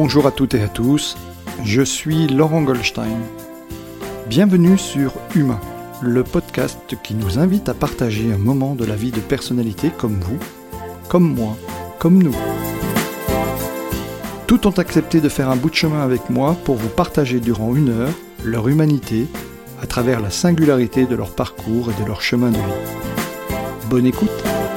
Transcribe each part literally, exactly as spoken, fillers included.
Bonjour à toutes et à tous, je suis Laurent Goldstein. Bienvenue sur Humain, le podcast qui nous invite à partager un moment de la vie de personnalités comme vous, comme moi, comme nous. Tous ont accepté de faire un bout de chemin avec moi pour vous partager durant une heure leur humanité à travers la singularité de leur parcours et de leur chemin de vie. Bonne écoute!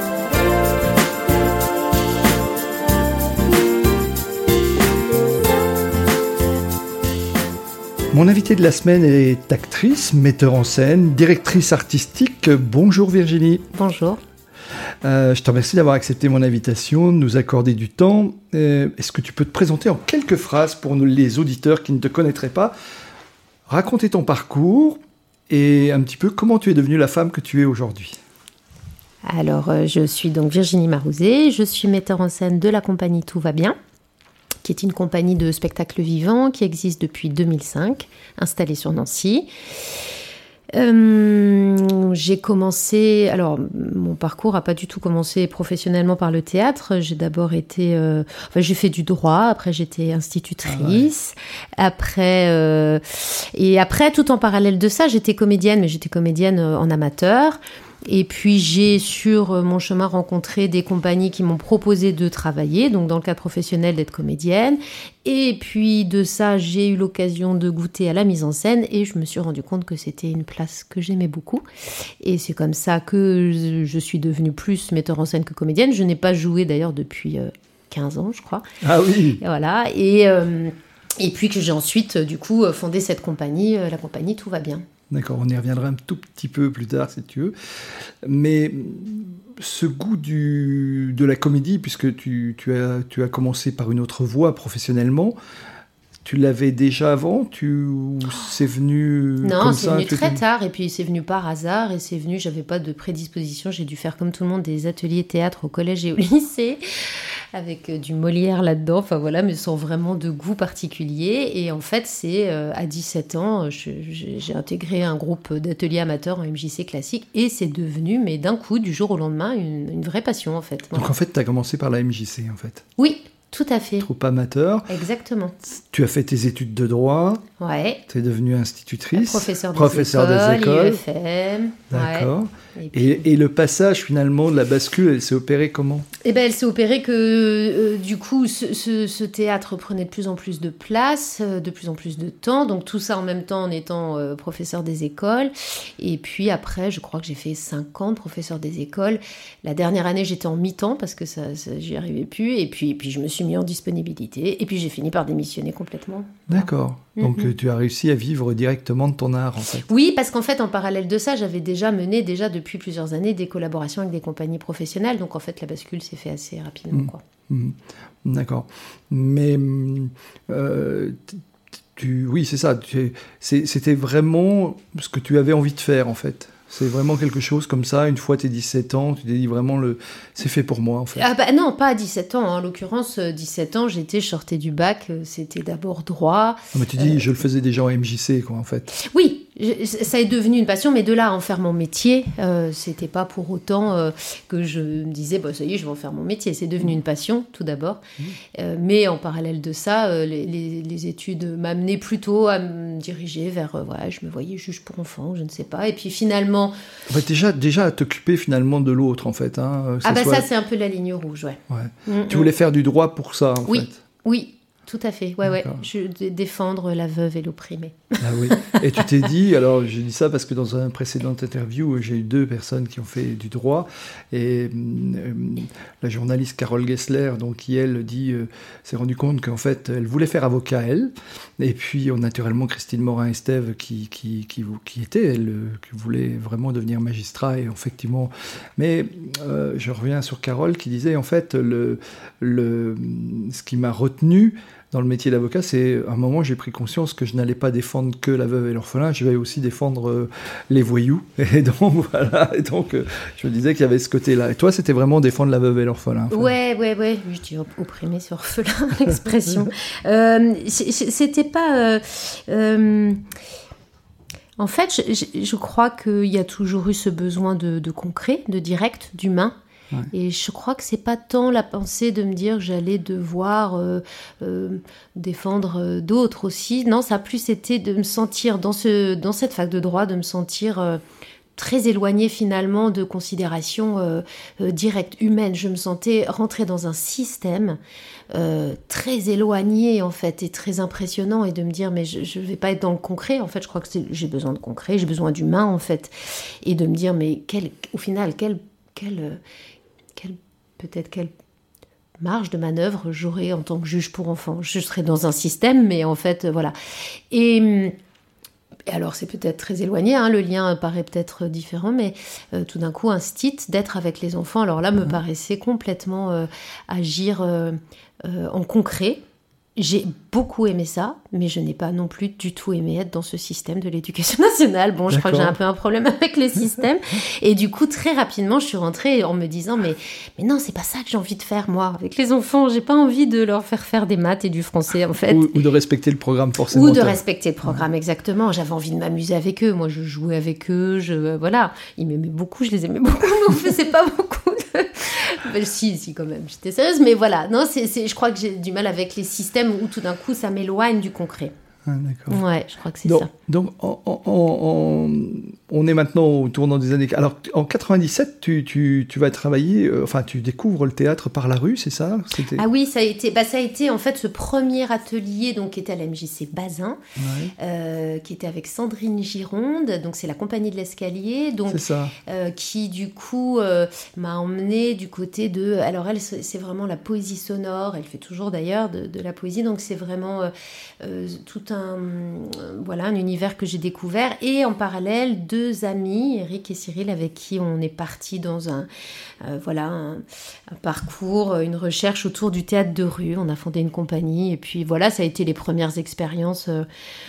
Mon invitée de la semaine est actrice, metteur en scène, directrice artistique. Bonjour Virginie. Bonjour. Euh, je te remercie d'avoir accepté mon invitation, de nous accorder du temps. Euh, est-ce que tu peux te présenter en quelques phrases pour nous, les auditeurs qui ne te connaîtraient pas, raconter ton parcours et un petit peu comment tu es devenue la femme que tu es aujourd'hui? Alors, euh, je suis donc Virginie Marouzet, je suis metteur en scène de la compagnie Tout va bien, qui est une compagnie de spectacle vivant qui existe depuis deux mille cinq, installée sur Nancy. Euh, j'ai commencé, alors mon parcours n'a pas du tout commencé professionnellement par le théâtre. J'ai d'abord été, euh, enfin j'ai fait du droit, après j'étais institutrice, ah ouais. après euh, et après tout en parallèle de ça, j'étais comédienne, mais j'étais comédienne en amateur. Et puis j'ai sur mon chemin rencontré des compagnies qui m'ont proposé de travailler, donc dans le cadre professionnel d'être comédienne. Et puis de ça, j'ai eu l'occasion de goûter à la mise en scène et je me suis rendu compte que c'était une place que j'aimais beaucoup. Et c'est comme ça que je suis devenue plus metteur en scène que comédienne. Je n'ai pas joué d'ailleurs depuis quinze ans, je crois. Ah oui. Et voilà. Et, euh, et puis que j'ai ensuite, du coup, fondé cette compagnie, la compagnie Tout va bien. D'accord, on y reviendra un tout petit peu plus tard si tu veux. Mais ce goût du, de la comédie, puisque tu, tu, as, tu as commencé par une autre voie professionnellement, tu l'avais déjà avant tu, ou c'est venu Non, comme c'est ça, venu très venu... tard et puis c'est venu par hasard et c'est venu, j'avais pas de prédisposition, j'ai dû faire comme tout le monde des ateliers théâtre au collège et au lycée avec du Molière là-dedans, enfin voilà, mais sans vraiment de goût particulier. Et en fait, c'est euh, à dix-sept ans, je, j'ai, j'ai intégré un groupe d'ateliers amateurs en M J C classique et c'est devenu, mais d'un coup, du jour au lendemain, une, une vraie passion en fait. Voilà. Donc en fait, tu as commencé par la M J C en fait. Oui, tout à fait. Troupe amateur. Exactement. Tu as fait tes études de droit. Ouais. Tu es devenue institutrice. Professeur des professeur écoles, des écoles. I F M. D'accord. Ouais. Et, puis... et, et le passage finalement de la bascule, elle s'est opérée comment ? Eh ben, elle s'est opérée que euh, du coup, ce, ce, ce théâtre prenait de plus en plus de place, euh, de plus en plus de temps. Donc tout ça en même temps en étant euh, professeur des écoles. Et puis après, je crois que j'ai fait cinq ans de professeur des écoles. La dernière année, j'étais en mi-temps parce que ça, ça, j'y arrivais plus. Et puis, et puis je me suis mis en disponibilité. Et puis j'ai fini par démissionner complètement. D'accord. Donc mm-hmm. tu as réussi à vivre directement de ton art en fait. Oui, parce qu'en fait, en parallèle de ça, j'avais déjà mené déjà depuis plusieurs années des collaborations avec des compagnies professionnelles. Donc en fait, la bascule s'est fait assez rapidement. Mmh. Quoi. Mmh. D'accord. Mais euh, tu, oui, c'est ça. Tu, c'est, c'était vraiment ce que tu avais envie de faire en fait. C'est vraiment quelque chose comme ça, une fois tes dix-sept ans, tu t'es dit vraiment, le... c'est fait pour moi en fait. Ah bah non, pas à dix-sept ans, hein. En l'occurrence, dix-sept ans, j'étais, je sortais du bac, c'était d'abord droit. Non, mais tu dis, euh... je le faisais déjà en M J C quoi en fait. Oui, je, ça est devenu une passion, mais de là à en faire mon métier, euh, c'était pas pour autant euh, que je me disais, bah, ça y est, je vais en faire mon métier. C'est devenu une passion, tout d'abord. Mmh. Euh, mais en parallèle de ça, euh, les, les, les études m'amenaient plutôt à me diriger vers, euh, ouais, je me voyais juge pour enfants, je ne sais pas. Et puis finalement... En fait, déjà, déjà à t'occuper finalement de l'autre, en fait. Hein, ah bah soit... ça, c'est un peu la ligne rouge, ouais. ouais. Mm-hmm. Tu voulais faire du droit pour ça, en oui. fait. Oui, tout à fait. Ouais, ouais. Je d- défendre la veuve et l'opprimé. Ah oui. Et tu t'es dit, alors j'ai dit ça parce que dans un précédent interview, j'ai eu deux personnes qui ont fait du droit. Et euh, la journaliste Carole Gessler, donc, qui elle dit, euh, s'est rendue compte qu'en fait, elle voulait faire avocat, elle. Et puis, naturellement, Christine Morin-Estève, qui, qui, qui, qui était, elle, qui voulait vraiment devenir magistrat. Et effectivement, mais euh, je reviens sur Carole qui disait, en fait, le, le, ce qui m'a retenu dans le métier d'avocat, c'est à un moment j'ai pris conscience que je n'allais pas défendre que la veuve et l'orphelin, je vais aussi défendre euh, les voyous. Et donc voilà, et donc euh, je me disais qu'il y avait ce côté-là. Et toi, c'était vraiment défendre la veuve et l'orphelin. Enfin. Ouais, ouais, ouais. Je dis opprimé, c'est orphelin, l'expression. euh, c'était pas. Euh, euh, en fait, je, je, je crois qu'il y a toujours eu ce besoin de, de concret, de direct, d'humain. Ouais. Et je crois que c'est pas tant la pensée de me dire que j'allais devoir euh, euh, défendre d'autres aussi. Non, ça a plus été de me sentir, dans, ce, dans cette fac de droit, de me sentir... Euh, très éloignée finalement de considérations euh, euh, directes, humaines. Je me sentais rentrer dans un système euh, très éloigné en fait et très impressionnant et de me dire mais je ne vais pas être dans le concret. En fait, je crois que c'est, j'ai besoin de concret, j'ai besoin d'humain en fait. Et de me dire mais quel, au final, quelle, quelle, quelle, peut-être quelle marge de manœuvre j'aurais en tant que juge pour enfants. Je serais dans un système, mais en fait, voilà. Et... Et alors, c'est peut-être très éloigné, hein, le lien paraît peut-être différent, mais euh, tout d'un coup, un stit, d'être avec les enfants, alors là, me mmh. paraissait complètement euh, agir euh, euh, en concret. J'ai beaucoup aimé ça, mais je n'ai pas non plus du tout aimé être dans ce système de l'éducation nationale. Bon, je D'accord. crois que j'ai un peu un problème avec le système. Et du coup, très rapidement, je suis rentrée en me disant, mais, mais non, c'est pas ça que j'ai envie de faire, moi. Avec les enfants, j'ai pas envie de leur faire faire des maths et du français, en fait. Ou, ou de respecter le programme, forcément. Ou de respecter le programme, ouais. exactement. J'avais envie de m'amuser avec eux. Moi, je jouais avec eux. Je, voilà. Ils m'aimaient beaucoup, je les aimais beaucoup, mais on faisait pas beaucoup de... Ben, si, si, quand même, j'étais sérieuse, mais voilà, non, c'est, c'est, je crois que j'ai du mal avec les systèmes où tout d'un coup ça m'éloigne du concret. Ah, d'accord. Ouais, je crois que c'est donc, ça. Donc, on, on, on, on est maintenant au tournant des années. Alors, en quatre-vingt-dix-sept, tu, tu, tu vas travailler, euh, enfin, tu découvres le théâtre par la rue, c'est ça? C'était... Ah oui, ça a été, bah, ça a été en fait ce premier atelier donc, qui était à la M J C Bazin, ouais. euh, qui était avec Sandrine Gironde, donc c'est la compagnie de l'escalier, donc, c'est ça. Euh, qui du coup euh, m'a emmenée du côté de. Alors, elle, c'est vraiment la poésie sonore, elle fait toujours d'ailleurs de, de la poésie, donc c'est vraiment euh, euh, tout un. Un, voilà, un univers que j'ai découvert et en parallèle deux amis, Eric et Cyril, avec qui on est parti dans un, euh, voilà, un, un parcours, une recherche autour du théâtre de rue. On a fondé une compagnie et puis voilà, ça a été les premières expériences. Euh,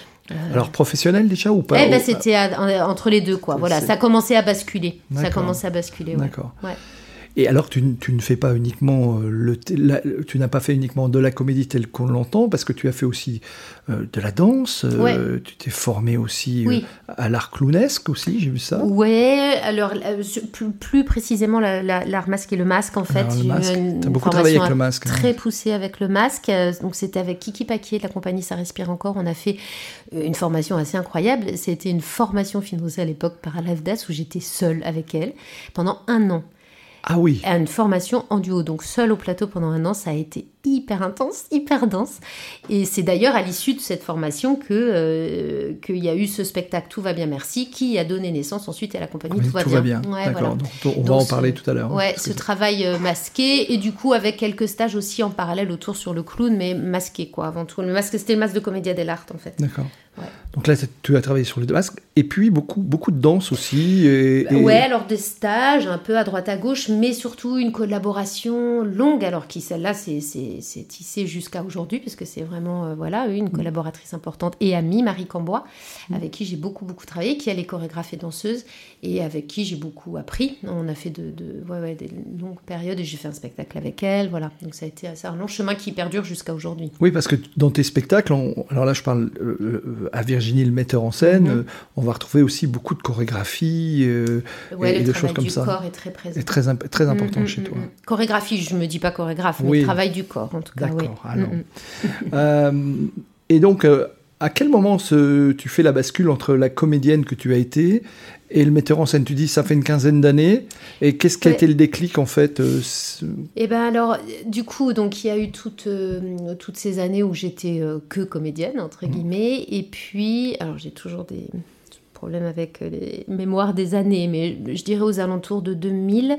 Alors professionnelles déjà ou pas? Eh ben c'était à, entre les deux quoi. Voilà, c'est... ça a commencé à basculer. D'accord. Ça a commencé à basculer. Ouais. D'accord. Ouais. Et alors, tu, tu ne fais pas uniquement le, la, tu n'as pas fait uniquement de la comédie telle qu'on l'entend, parce que tu as fait aussi euh, de la danse. Ouais. Euh, tu t'es formé aussi oui. euh, à l'art clownesque aussi, j'ai vu ça. Ouais. Alors euh, plus, plus précisément la, la, l'art masque et le masque en fait. Tu as beaucoup travaillé avec le masque. Très hein. poussée avec le masque. Donc c'était avec Kiki Paquier de la compagnie Ça Respire Encore. On a fait une formation assez incroyable. C'était une formation financée à l'époque par l'A F D A S où j'étais seule avec elle pendant un an. Ah oui. À une formation en duo, donc seule au plateau pendant un an, ça a été hyper intense, hyper dense. Et c'est d'ailleurs à l'issue de cette formation que euh, qu'il y a eu ce spectacle Tout va bien, merci, qui a donné naissance ensuite à la compagnie oui, Tout va tout bien. Va bien. Ouais, D'accord. Voilà. Donc, on va donc, en parler ce, tout à l'heure. Ouais, ce travail euh, masqué et du coup avec quelques stages aussi en parallèle autour sur le clown, mais masqué quoi avant tout. Le masque, c'était le masque de Commedia dell'arte en fait. D'accord. Ouais. Donc là, tu as travaillé sur les deux masques et puis beaucoup, beaucoup de danse aussi. Et, et... Ouais, alors des stages un peu à droite à gauche, mais surtout une collaboration longue, alors qui celle-là c'est, c'est, c'est tissé jusqu'à aujourd'hui, parce que c'est vraiment euh, voilà, une mmh. collaboratrice importante et amie, Marie Cambois, mmh. avec qui j'ai beaucoup, beaucoup travaillé, qui elle est chorégraphe et danseuse, et avec qui j'ai beaucoup appris. On a fait de, de, ouais, ouais, des longues périodes et j'ai fait un spectacle avec elle, voilà. Donc ça a été assez un long chemin qui perdure jusqu'à aujourd'hui. Oui, parce que dans tes spectacles, on, alors là je parle euh, à Virginie, le metteur en scène, mmh. euh, on va retrouver aussi beaucoup de chorégraphie euh, ouais, et, et de choses comme ça. Le travail du corps est très présent. Et très, très important mmh, chez mmh, toi. Mmh. Chorégraphie, je ne me dis pas chorégraphe, oui. mais travail du corps en tout cas. D'accord, oui. alors. Mmh. euh, et donc, euh, à quel moment ce, tu fais la bascule entre la comédienne que tu as été et le metteur en scène? Tu dis ça fait une quinzaine d'années. Et qu'est-ce qui a ouais. été le déclic en fait euh, Eh ben alors, du coup, donc il y a eu toutes, euh, toutes ces années où j'étais euh, que comédienne entre guillemets. Mmh. Et puis, alors j'ai toujours des problèmes avec les mémoires des années, mais je dirais aux alentours de deux mille,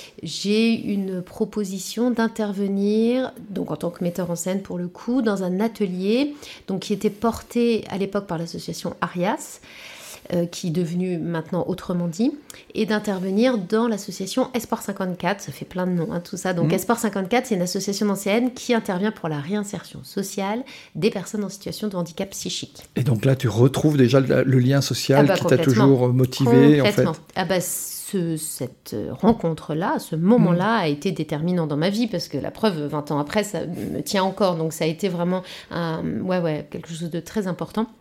j'ai une proposition d'intervenir, donc en tant que metteur en scène pour le coup, dans un atelier, donc qui était porté à l'époque par l'association Arias. Euh, qui est devenue maintenant Autrement dit, et d'intervenir dans l'association Esport cinquante-quatre, ça fait plein de noms, hein, tout ça. Donc mmh. Esport cinquante-quatre, c'est une association d'anciennes qui intervient pour la réinsertion sociale des personnes en situation de handicap psychique. Et donc là, tu retrouves déjà le, le lien social ah bah, qui t'a toujours motivé, en fait. Ah bah, ce, cette rencontre-là, ce moment-là mmh. a été déterminant dans ma vie, parce que la preuve, vingt ans après, ça me tient encore. Donc ça a été vraiment un, ouais, ouais, quelque chose de très important.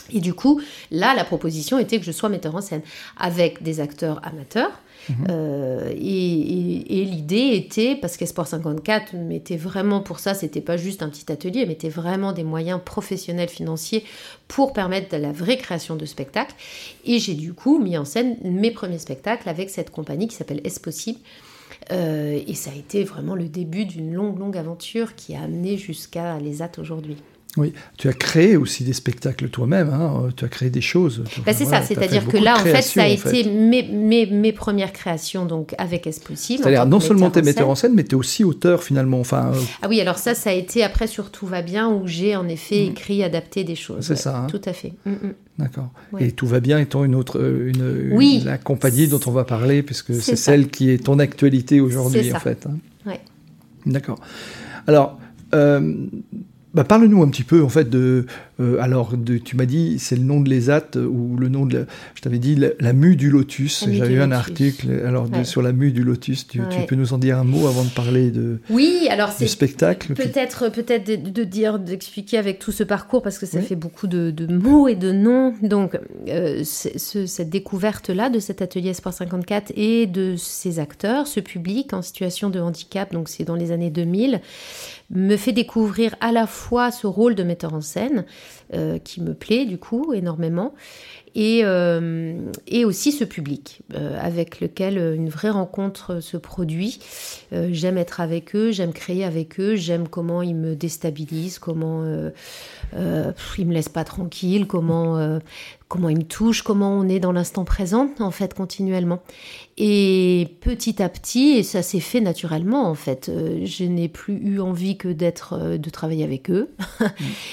Et du coup, là, la proposition était que je sois metteur en scène avec des acteurs amateurs. Mmh. Euh, et, et, et l'idée était, parce qu'Espoir cinquante-quatre mettait vraiment pour ça, c'était pas juste un petit atelier, mettait vraiment des moyens professionnels financiers pour permettre de la vraie création de spectacles. Et j'ai du coup mis en scène mes premiers spectacles avec cette compagnie qui s'appelle Est-ce possible ? Euh, et ça a été vraiment le début d'une longue, longue aventure qui a amené jusqu'à l'E S A T aujourd'hui. Oui, tu as créé aussi des spectacles toi-même, hein, tu as créé des choses. Bah c'est voilà, ça, c'est-à-dire que là, en fait, ça a en fait. été mes, mes, mes premières créations donc, avec Est-ce possible. C'est-à-dire, non seulement tu es metteur en scène, mais tu es aussi auteur finalement. Enfin, euh... Ah oui, alors ça, ça a été après sur Tout va bien, où j'ai en effet écrit, mmh. adapté des choses. C'est ouais, ça. Hein. Tout à fait. Mmh, mmh. D'accord. Ouais. Et Tout va bien étant une autre, une, oui. une, la compagnie dont on va parler, puisque c'est, c'est celle qui est ton actualité aujourd'hui, c'est en fait. Hein. Ouais. D'accord. Alors... Euh, Bah, parle-nous un petit peu en fait de euh, alors de, tu m'as dit c'est le nom de l'E S A T ou le nom de la, je t'avais dit la, la mue du lotus. J'avais eu un article alors de, ouais. sur la mue du lotus. Tu, ouais. tu peux nous en dire un mot avant de parler de oui alors c'est du spectacle peut-être puis... peut-être de, de dire d'expliquer avec tout ce parcours parce que ça oui. fait beaucoup de, de mots et de noms donc euh, ce, cette découverte là de cet atelier Espoir cinquante-quatre et de ces acteurs ce public en situation de handicap donc c'est dans les années deux mille me fait découvrir à la fois ce rôle de metteur en scène euh, qui me plaît du coup énormément et, euh, et aussi ce public euh, avec lequel une vraie rencontre se produit. Euh, j'aime être avec eux, j'aime créer avec eux, j'aime comment ils me déstabilisent, comment euh, euh, ils me laissent pas tranquille, comment, euh, comment ils me touchent, comment on est dans l'instant présent en fait continuellement. Et petit à petit, et ça s'est fait naturellement en fait, euh, je n'ai plus eu envie que d'être, euh, de travailler avec eux mmh.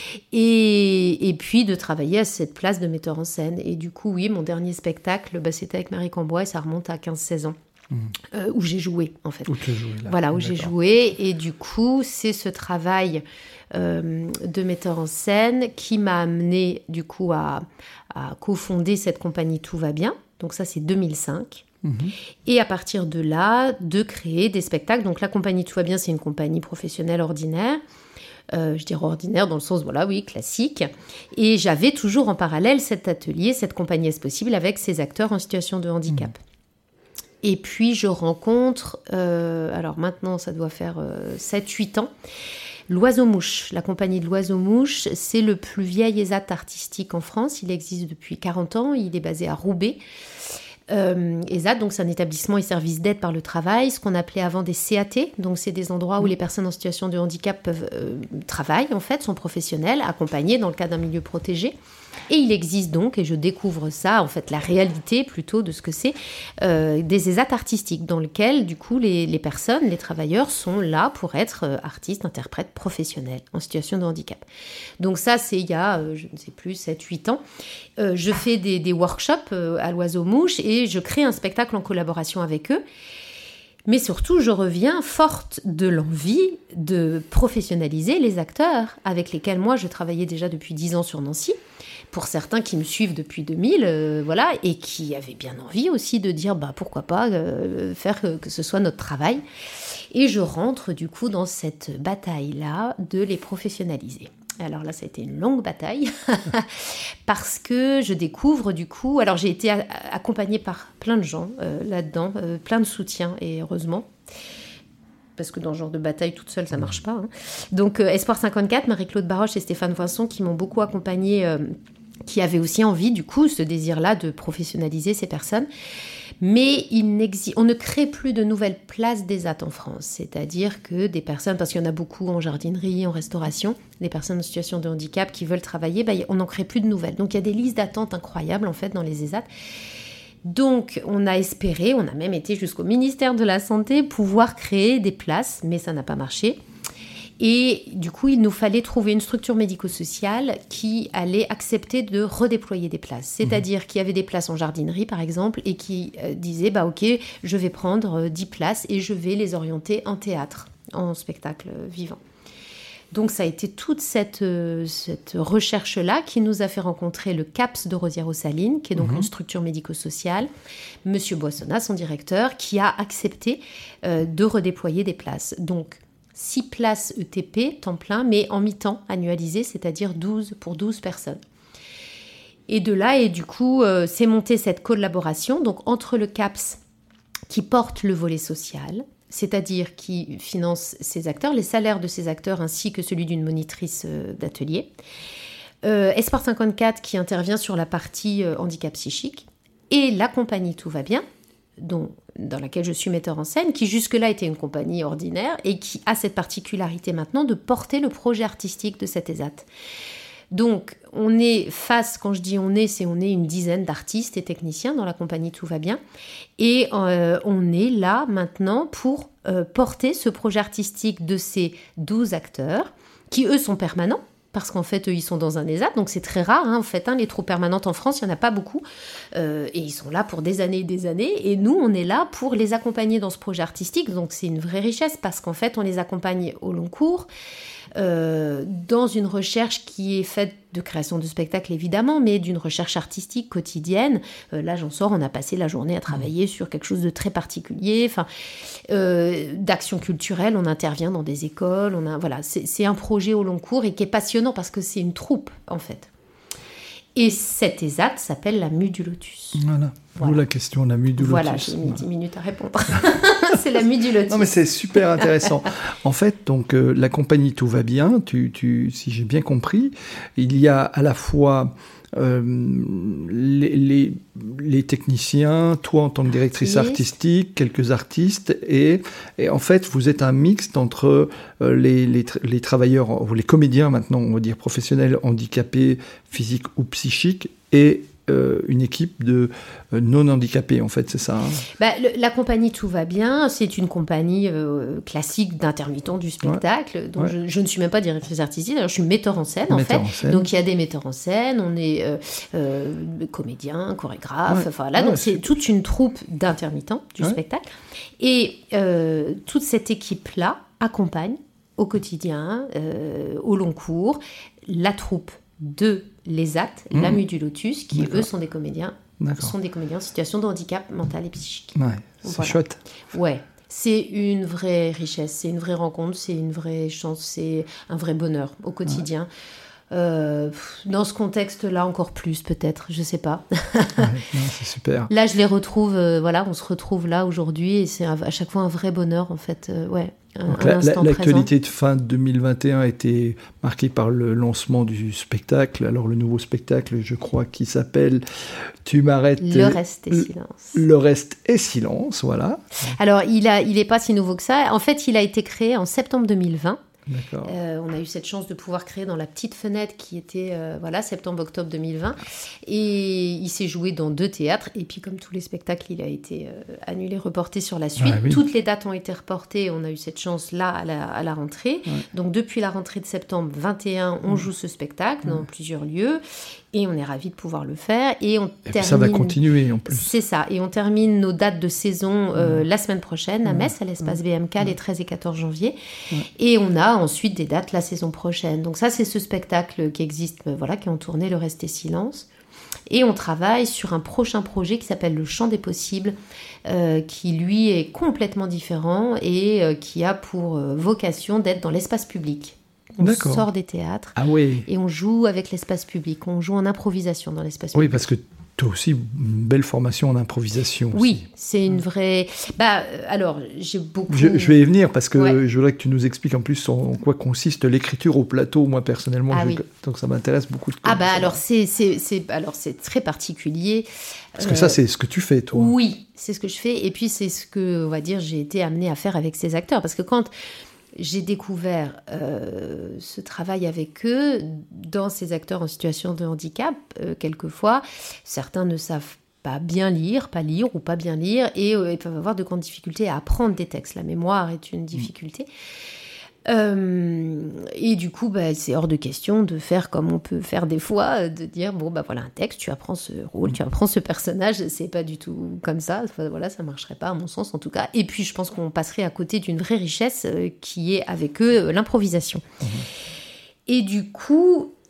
et, et puis de travailler à cette place de metteur en scène. Et du coup, oui, mon dernier spectacle, bah, c'était avec Marie Cambois et ça remonte à quinze seize ans. Mmh. Euh, où j'ai joué en fait. Où tu as joué là. Voilà, où D'accord. j'ai joué et du coup, c'est ce travail euh, de metteur en scène qui m'a amené du coup à, à cofonder cette compagnie Tout va bien. Donc ça, c'est deux mille cinq. Mmh. Et à partir de là, de créer des spectacles. Donc la compagnie Tout va bien, c'est une compagnie professionnelle ordinaire. Euh, je dirais ordinaire dans le sens, voilà, oui, classique. Et j'avais toujours en parallèle cet atelier, cette compagnie Est-ce possible avec ces acteurs en situation de handicap. Mmh. Et puis je rencontre, euh, alors maintenant ça doit faire euh, sept huit ans, L'Oiseau-Mouche. La compagnie de L'Oiseau-Mouche, c'est le plus vieil E S A T artistique en France. Il existe depuis quarante ans, il est basé à Roubaix. Euh, E S A T, donc c'est un établissement et service d'aide par le travail, ce qu'on appelait avant des C A T, donc c'est des endroits où les personnes en situation de handicap peuvent euh, travailler en fait, sont professionnelles, accompagnées dans le cas d'un milieu protégé. Et il existe donc, et je découvre ça, en fait la réalité plutôt de ce que c'est, euh, des E S A T artistiques dans lesquels du coup les, les personnes, les travailleurs sont là pour être euh, artistes, interprètes, professionnels en situation de handicap. Donc ça c'est il y a, euh, je ne sais plus, sept huit ans. Euh, je fais des, des workshops euh, à l'Oiseau-Mouche et je crée un spectacle en collaboration avec eux. Mais surtout, je reviens forte de l'envie de professionnaliser les acteurs avec lesquels moi je travaillais déjà depuis dix ans sur Nancy. Pour certains qui me suivent depuis deux mille, euh, voilà, et qui avaient bien envie aussi de dire bah, pourquoi pas euh, faire que, que ce soit notre travail. Et je rentre du coup dans cette bataille-là de les professionnaliser. Alors là, ça a été une longue bataille parce que je découvre du coup... Alors j'ai été a- accompagnée par plein de gens euh, là-dedans, euh, plein de soutien et heureusement. Parce que dans ce genre de bataille toute seule, ça ne marche pas. Hein. Donc euh, Espoir cinquante-quatre, Marie-Claude Baroche et Stéphane Voinson qui m'ont beaucoup accompagnée, euh, qui avaient aussi envie du coup, ce désir-là de professionnaliser ces personnes. Mais il n'existe, on ne crée plus de nouvelles places d'E S A T en France. C'est-à-dire que des personnes, parce qu'il y en a beaucoup en jardinerie, en restauration, des personnes en situation de handicap qui veulent travailler, bah, on n'en crée plus de nouvelles. Donc il y a des listes d'attente incroyables en fait dans les E S A T. Donc on a espéré, on a même été jusqu'au ministère de la Santé, pouvoir créer des places, mais ça n'a pas marché. Et du coup, il nous fallait trouver une structure médico-sociale qui allait accepter de redéployer des places. C'est-à-dire mmh. qu'il y avait des places en jardinerie, par exemple, et qui euh, disait, bah ok, je vais prendre euh, dix places et je vais les orienter en théâtre, en spectacle euh, vivant. Donc ça a été toute cette, euh, cette recherche-là qui nous a fait rencontrer le C A P S de Rosières-aux-Salines, qui est donc mmh. une structure médico-sociale, Monsieur Boissonnat, son directeur, qui a accepté euh, de redéployer des places. Donc, six places E T P, temps plein, mais en mi-temps, annualisé, c'est-à-dire douze pour douze personnes. Et de là, et du coup, euh, s'est montée cette collaboration donc, entre le CAPS qui porte le volet social, c'est-à-dire qui finance ces acteurs, les salaires de ces acteurs ainsi que celui d'une monitrice euh, d'atelier. Euh, Esport cinquante-quatre qui intervient sur la partie euh, handicap psychique. Et la compagnie Tout va bien, dont, dans laquelle je suis metteur en scène, qui jusque-là était une compagnie ordinaire et qui a cette particularité maintenant de porter le projet artistique de cette E S A T. Donc, on est face, quand je dis on est, c'est on est une dizaine d'artistes et techniciens dans la compagnie Tout va bien. Et euh, on est là maintenant pour euh, porter ce projet artistique de ces douze acteurs, qui eux sont permanents, parce qu'en fait, eux, ils sont dans un E S A T, donc c'est très rare, hein, en fait, hein, les troupes permanentes en France, il n'y en a pas beaucoup, euh, et ils sont là pour des années et des années, et nous, on est là pour les accompagner dans ce projet artistique, donc c'est une vraie richesse, parce qu'en fait, on les accompagne au long cours, euh, dans une recherche qui est faite de création de spectacles, évidemment, mais d'une recherche artistique quotidienne. Euh, là, j'en sors, on a passé la journée à travailler sur quelque chose de très particulier, enfin, euh, d'action culturelle, on intervient dans des écoles, on a, voilà, c'est, c'est un projet au long cours et qui est passionnant parce que c'est une troupe, en fait. Et cette E S A T s'appelle la Mue du Lotus. Voilà. Voilà. D'où la question, la Mue du voilà, Lotus. Voilà, j'ai mis dix minutes à répondre. C'est la Mue du Lotus. Non, mais c'est super intéressant. En fait, donc, euh, la compagnie Tout va bien, tu, tu, si j'ai bien compris, il y a à la fois euh, les, les, les techniciens, toi en tant que directrice Artiste. artistique, quelques artistes, et, et en fait, vous êtes un mixte entre euh, les, les, les travailleurs, ou les comédiens maintenant, on va dire professionnels handicapés, physiques ou psychiques, et Euh, une équipe de euh, non-handicapés, en fait, c'est ça hein bah, le, La compagnie Tout va bien, c'est une compagnie euh, classique d'intermittents du spectacle, ouais. donc ouais. je, je ne suis même pas directrice artistique, d'ailleurs je suis metteur en scène, metteur en fait. En scène. Donc il y a des metteurs en scène, on est euh, euh, comédiens, chorégraphes, enfin ouais. là, ouais, donc c'est, c'est toute une troupe d'intermittents du ouais. spectacle. Et euh, toute cette équipe-là accompagne au quotidien, euh, au long cours, la troupe de l'E S A T, mmh. la Mue du Lotus, qui D'accord. eux sont des comédiens, D'accord. sont des comédiens en situation de handicap mental et psychique. Ouais, c'est voilà. chouette. Ouais, c'est une vraie richesse, c'est une vraie rencontre, c'est une vraie chance, c'est un vrai bonheur au quotidien. Ouais. Euh, dans ce contexte-là, encore plus peut-être, je sais pas. Ouais, non, c'est super. Là, je les retrouve, euh, voilà, on se retrouve là aujourd'hui et c'est un, à chaque fois un vrai bonheur en fait, euh, ouais. Un, Donc un la, instant la, l'actualité présent. de fin deux mille vingt et un a été marquée par le lancement du spectacle. Alors le nouveau spectacle, je crois, qui s'appelle Tu m'arrêtes. Le reste est silence. Le reste est silence, voilà. Alors il a, il est pas si nouveau que ça. En fait, il a été créé en septembre deux mille vingt. D'accord. Euh, on a eu cette chance de pouvoir créer dans la petite fenêtre qui était euh, voilà, septembre-octobre deux mille vingt. Et il s'est joué dans deux théâtres. Et puis, comme tous les spectacles, il a été euh, annulé, reporté sur la suite. Ah, oui. Toutes les dates ont été reportées. On a eu cette chance-là à la, à la rentrée. Ouais. Donc, depuis la rentrée de septembre vingt et un, on ouais. joue ce spectacle ouais. dans plusieurs lieux. Et on est ravis de pouvoir le faire. Et, on et termine... ça va continuer en plus. C'est ça. Et on termine nos dates de saison euh, ouais. la semaine prochaine à Metz, à l'espace ouais. B M K, ouais. les treize et quatorze janvier. Ouais. Et on a ensuite des dates la saison prochaine. Donc ça, c'est ce spectacle qui existe, euh, voilà, qui est en tournée, Le Reste est silence. Et on travaille sur un prochain projet qui s'appelle Le Champ des possibles, euh, qui lui est complètement différent et euh, qui a pour euh, vocation d'être dans l'espace public. On D'accord. sort des théâtres ah oui. et on joue avec l'espace public. On joue en improvisation dans l'espace public. Oui, parce que tu as aussi une belle formation en improvisation. Oui, aussi. C'est une vraie... Bah, alors, j'ai beaucoup... Je, je vais y venir parce que ouais. je voudrais que tu nous expliques en plus en quoi consiste l'écriture au plateau. Moi, personnellement, ah, je... oui. donc ça m'intéresse beaucoup. De ah bah alors c'est, c'est, c'est, alors, c'est très particulier. Parce que euh, ça, c'est ce que tu fais, toi. Oui, c'est ce que je fais. Et puis, c'est ce que, on va dire, j'ai été amenée à faire avec ces acteurs. Parce que quand... j'ai découvert euh, ce travail avec eux, dans ces acteurs en situation de handicap, euh, quelquefois, certains ne savent pas bien lire, pas lire ou pas bien lire, et euh, ils peuvent avoir de grandes difficultés à apprendre des textes. La mémoire est une difficulté. Mmh. Euh, et du coup, bah, c'est hors de question de faire comme on peut faire des fois, de dire, bon, bah voilà un texte, tu apprends ce rôle, tu apprends ce personnage, c'est pas du tout comme ça, enfin, voilà, ça marcherait pas à mon sens en tout cas. Et puis je pense qu'on passerait à côté d'une vraie richesse euh, qui est avec eux, euh, l'improvisation. Mmh. Et du coup,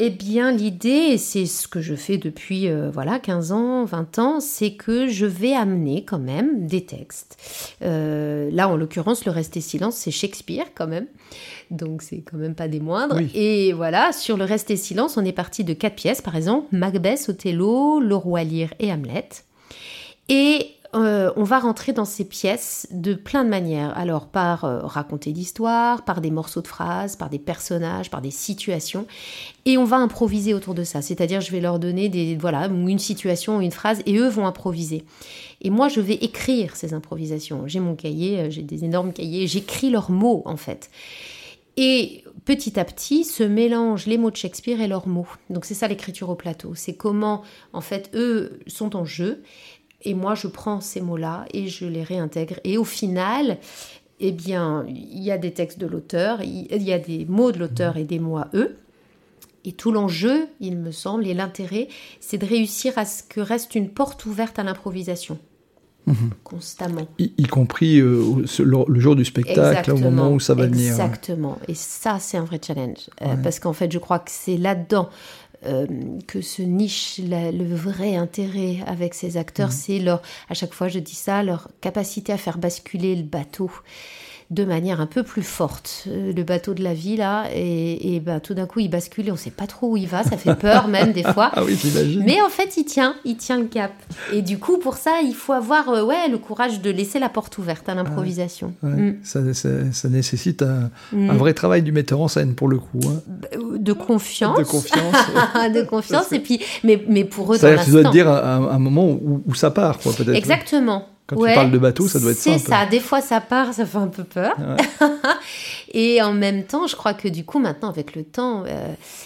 Eh bien, l'idée, et c'est ce que je fais depuis euh, voilà, quinze ans, vingt ans, c'est que je vais amener quand même des textes. Euh, là, en l'occurrence, Le Reste et Silence, c'est Shakespeare quand même. Donc, c'est quand même pas des moindres. Oui. Et voilà, sur Le Reste et Silence, on est parti de quatre pièces, par exemple, Macbeth, Othello, Le Roi Lear et Hamlet. Et euh, on va rentrer dans ces pièces de plein de manières. Alors, par euh, raconter l'histoire, par des morceaux de phrases, par des personnages, par des situations. Et on va improviser autour de ça. C'est-à-dire, je vais leur donner des, voilà, une situation ou une phrase et eux vont improviser. Et moi, je vais écrire ces improvisations. J'ai mon cahier, j'ai des énormes cahiers. J'écris leurs mots, en fait. Et petit à petit, se mélangent les mots de Shakespeare et leurs mots. Donc, c'est ça l'écriture au plateau. C'est comment, en fait, eux sont en jeu. Et moi, je prends ces mots-là et je les réintègre. Et au final, eh bien, il y a des textes de l'auteur, il y a des mots de l'auteur et des mots à eux. Et tout l'enjeu, il me semble, et l'intérêt, c'est de réussir à ce que reste une porte ouverte à l'improvisation. Mmh. Constamment. Y, y compris euh, le, le jour du spectacle, exactement, au moment où ça va venir. Exactement. Et ça, c'est un vrai challenge. Ouais. Euh, parce qu'en fait, je crois que c'est là-dedans euh, que se niche la, le vrai intérêt avec ces acteurs. Mmh. C'est leur, à chaque fois, je dis ça, leur capacité à faire basculer le bateau de manière un peu plus forte. Le bateau de la vie, là, et, et bah, tout d'un coup, il bascule et on ne sait pas trop où il va. Ça fait peur, même, des fois. Ah oui, j'imagine. Mais en fait, il tient, il tient le cap. Et du coup, pour ça, il faut avoir euh, ouais, le courage de laisser la porte ouverte à l'improvisation. Ouais, ouais. Mm. Ça, ça, ça nécessite un, mm. un vrai travail du metteur en scène, pour le coup. Hein. De confiance. De confiance. de confiance, et puis, mais, mais pour eux, ça, dans l'instant. Tu dois te dire à un, un moment où, où ça part, quoi, peut-être. Exactement. Quand ouais, tu parles de bateau, ça doit être c'est simple. C'est ça, des fois ça part, ça fait un peu peur. Ouais. Et en même temps, je crois que du coup, maintenant, avec le temps, euh,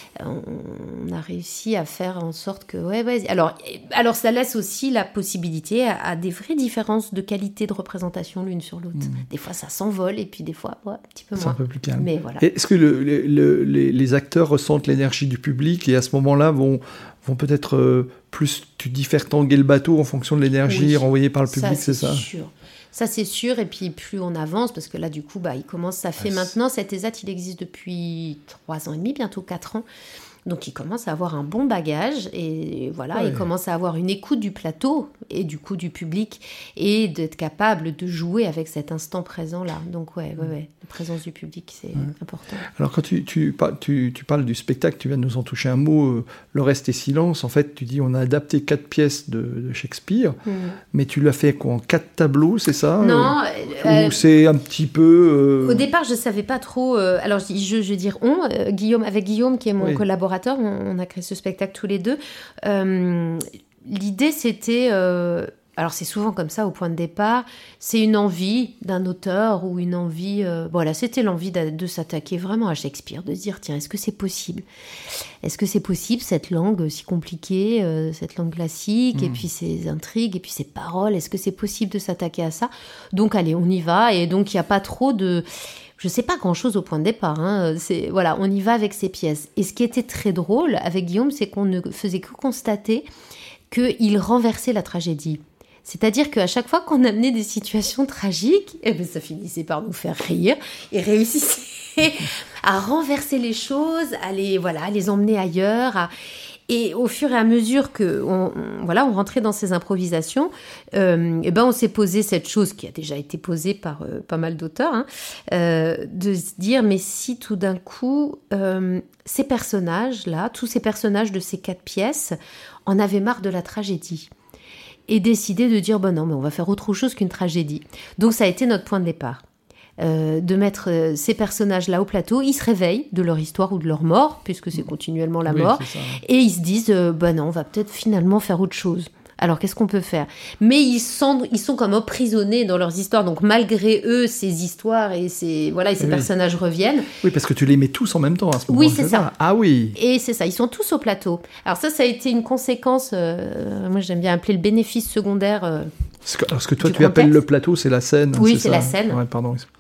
on a réussi à faire en sorte que... Ouais, ouais. Alors, alors, ça laisse aussi la possibilité à, à des vraies différences de qualité de représentation l'une sur l'autre. Mmh. Des fois, ça s'envole, et puis des fois, ouais, un petit peu moins. C'est un peu plus calme. Mais voilà. Est-ce que le, le, le, les, les acteurs ressentent l'énergie du public et à ce moment-là vont... vont peut-être euh, plus, tu dis, faire tanguer le bateau en fonction de l'énergie oui, renvoyée par le public, ça, c'est, c'est ça sûr. Ça, c'est sûr. Et puis, plus on avance, parce que là, du coup, bah, il commence, ça fait ah, maintenant, cet E S A T, il existe depuis trois ans et demi, bientôt quatre ans. Donc, il commence à avoir un bon bagage et voilà, ouais. il commence à avoir une écoute du plateau et du coup du public et d'être capable de jouer avec cet instant présent-là. Donc, ouais, ouais, ouais, la présence du public, c'est ouais. important. Alors, quand tu, tu, tu, tu parles du spectacle, tu viens de nous en toucher un mot, euh, Le Reste et Silence. En fait, tu dis on a adapté quatre pièces de, de Shakespeare, mmh. mais tu l'as fait quoi, en quatre tableaux, c'est ça Non. Euh, Ou c'est un petit peu... Euh... Au départ, je ne savais pas trop... Euh, alors, je, je, je veux dire on, euh, Guillaume, avec Guillaume, qui est mon oui. collaborateur, on a créé ce spectacle tous les deux. Euh, l'idée, c'était... Euh, alors, c'est souvent comme ça, au point de départ. C'est une envie d'un auteur ou une envie... Euh, voilà, c'était l'envie de, de s'attaquer vraiment à Shakespeare, de se dire, tiens, est-ce que c'est possible ? Est-ce que c'est possible, cette langue si compliquée, euh, cette langue classique, mmh. et puis ces intrigues, et puis ces paroles, est-ce que c'est possible de s'attaquer à ça ? Donc, allez, on y va. Et donc, il n'y a pas trop de... Je ne sais pas grand-chose au point de départ. Hein. C'est, voilà, on y va avec ces pièces. Et ce qui était très drôle avec Guillaume, c'est qu'on ne faisait que constater qu'il renversait la tragédie. C'est-à-dire qu'à chaque fois qu'on amenait des situations tragiques, eh ben, ça finissait par nous faire rire et réussissait à renverser les choses, à les, voilà, à les emmener ailleurs, à... Et au fur et à mesure que on, on, voilà, on rentrait dans ces improvisations, euh, et ben on s'est posé cette chose qui a déjà été posée par euh, pas mal d'auteurs, hein, euh, de se dire, mais si tout d'un coup, euh, ces personnages-là, tous ces personnages de ces quatre pièces, en avaient marre de la tragédie et décidaient de dire, bon non, mais on va faire autre chose qu'une tragédie. Donc ça a été notre point de départ. Euh, de mettre euh, ces personnages-là au plateau, ils se réveillent de leur histoire ou de leur mort, puisque c'est continuellement la oui, mort, et ils se disent, euh, bah non, on va peut-être finalement faire autre chose. Alors, qu'est-ce qu'on peut faire ? Mais ils sont, ils sont comme emprisonnés dans leurs histoires, donc malgré eux, ces histoires et ces, voilà, et ces oui. personnages reviennent. Oui, parce que tu les mets tous en même temps à ce moment-là. Oui, c'est, c'est ça. ça. Ah oui. Et c'est ça, ils sont tous au plateau. Alors ça, ça a été une conséquence, euh, moi j'aime bien appeler le bénéfice secondaire. Euh, parce que, alors, ce que toi tu contexte. appelles le plateau, c'est la scène. Oui, c'est, c'est ça la scène. Ouais, pardon.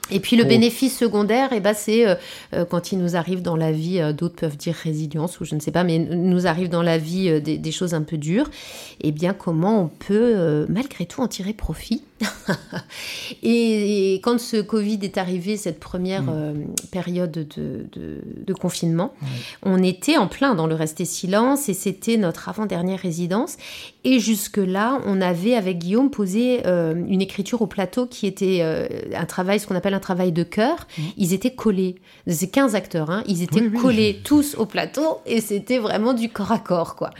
Et puis le Oh. bénéfice secondaire, eh ben, c'est euh, euh, quand il nous arrive dans la vie, euh, d'autres peuvent dire résilience ou je ne sais pas, mais nous arrive dans la vie euh, des, des choses un peu dures, eh bien comment on peut euh, malgré tout en tirer profit. et, et quand ce Covid est arrivé, cette première mmh. euh, période de, de, de confinement, ouais. on était en plein dans le rester silence et c'était notre avant-dernière résidence. Et jusque-là, on avait avec Guillaume posé euh, une écriture au plateau qui était euh, un travail, ce qu'on appelle un travail de cœur. Mmh. Ils étaient collés. C'est quinze acteurs, hein. Ils étaient oui, collés oui. tous au plateau et c'était vraiment du corps à corps, quoi.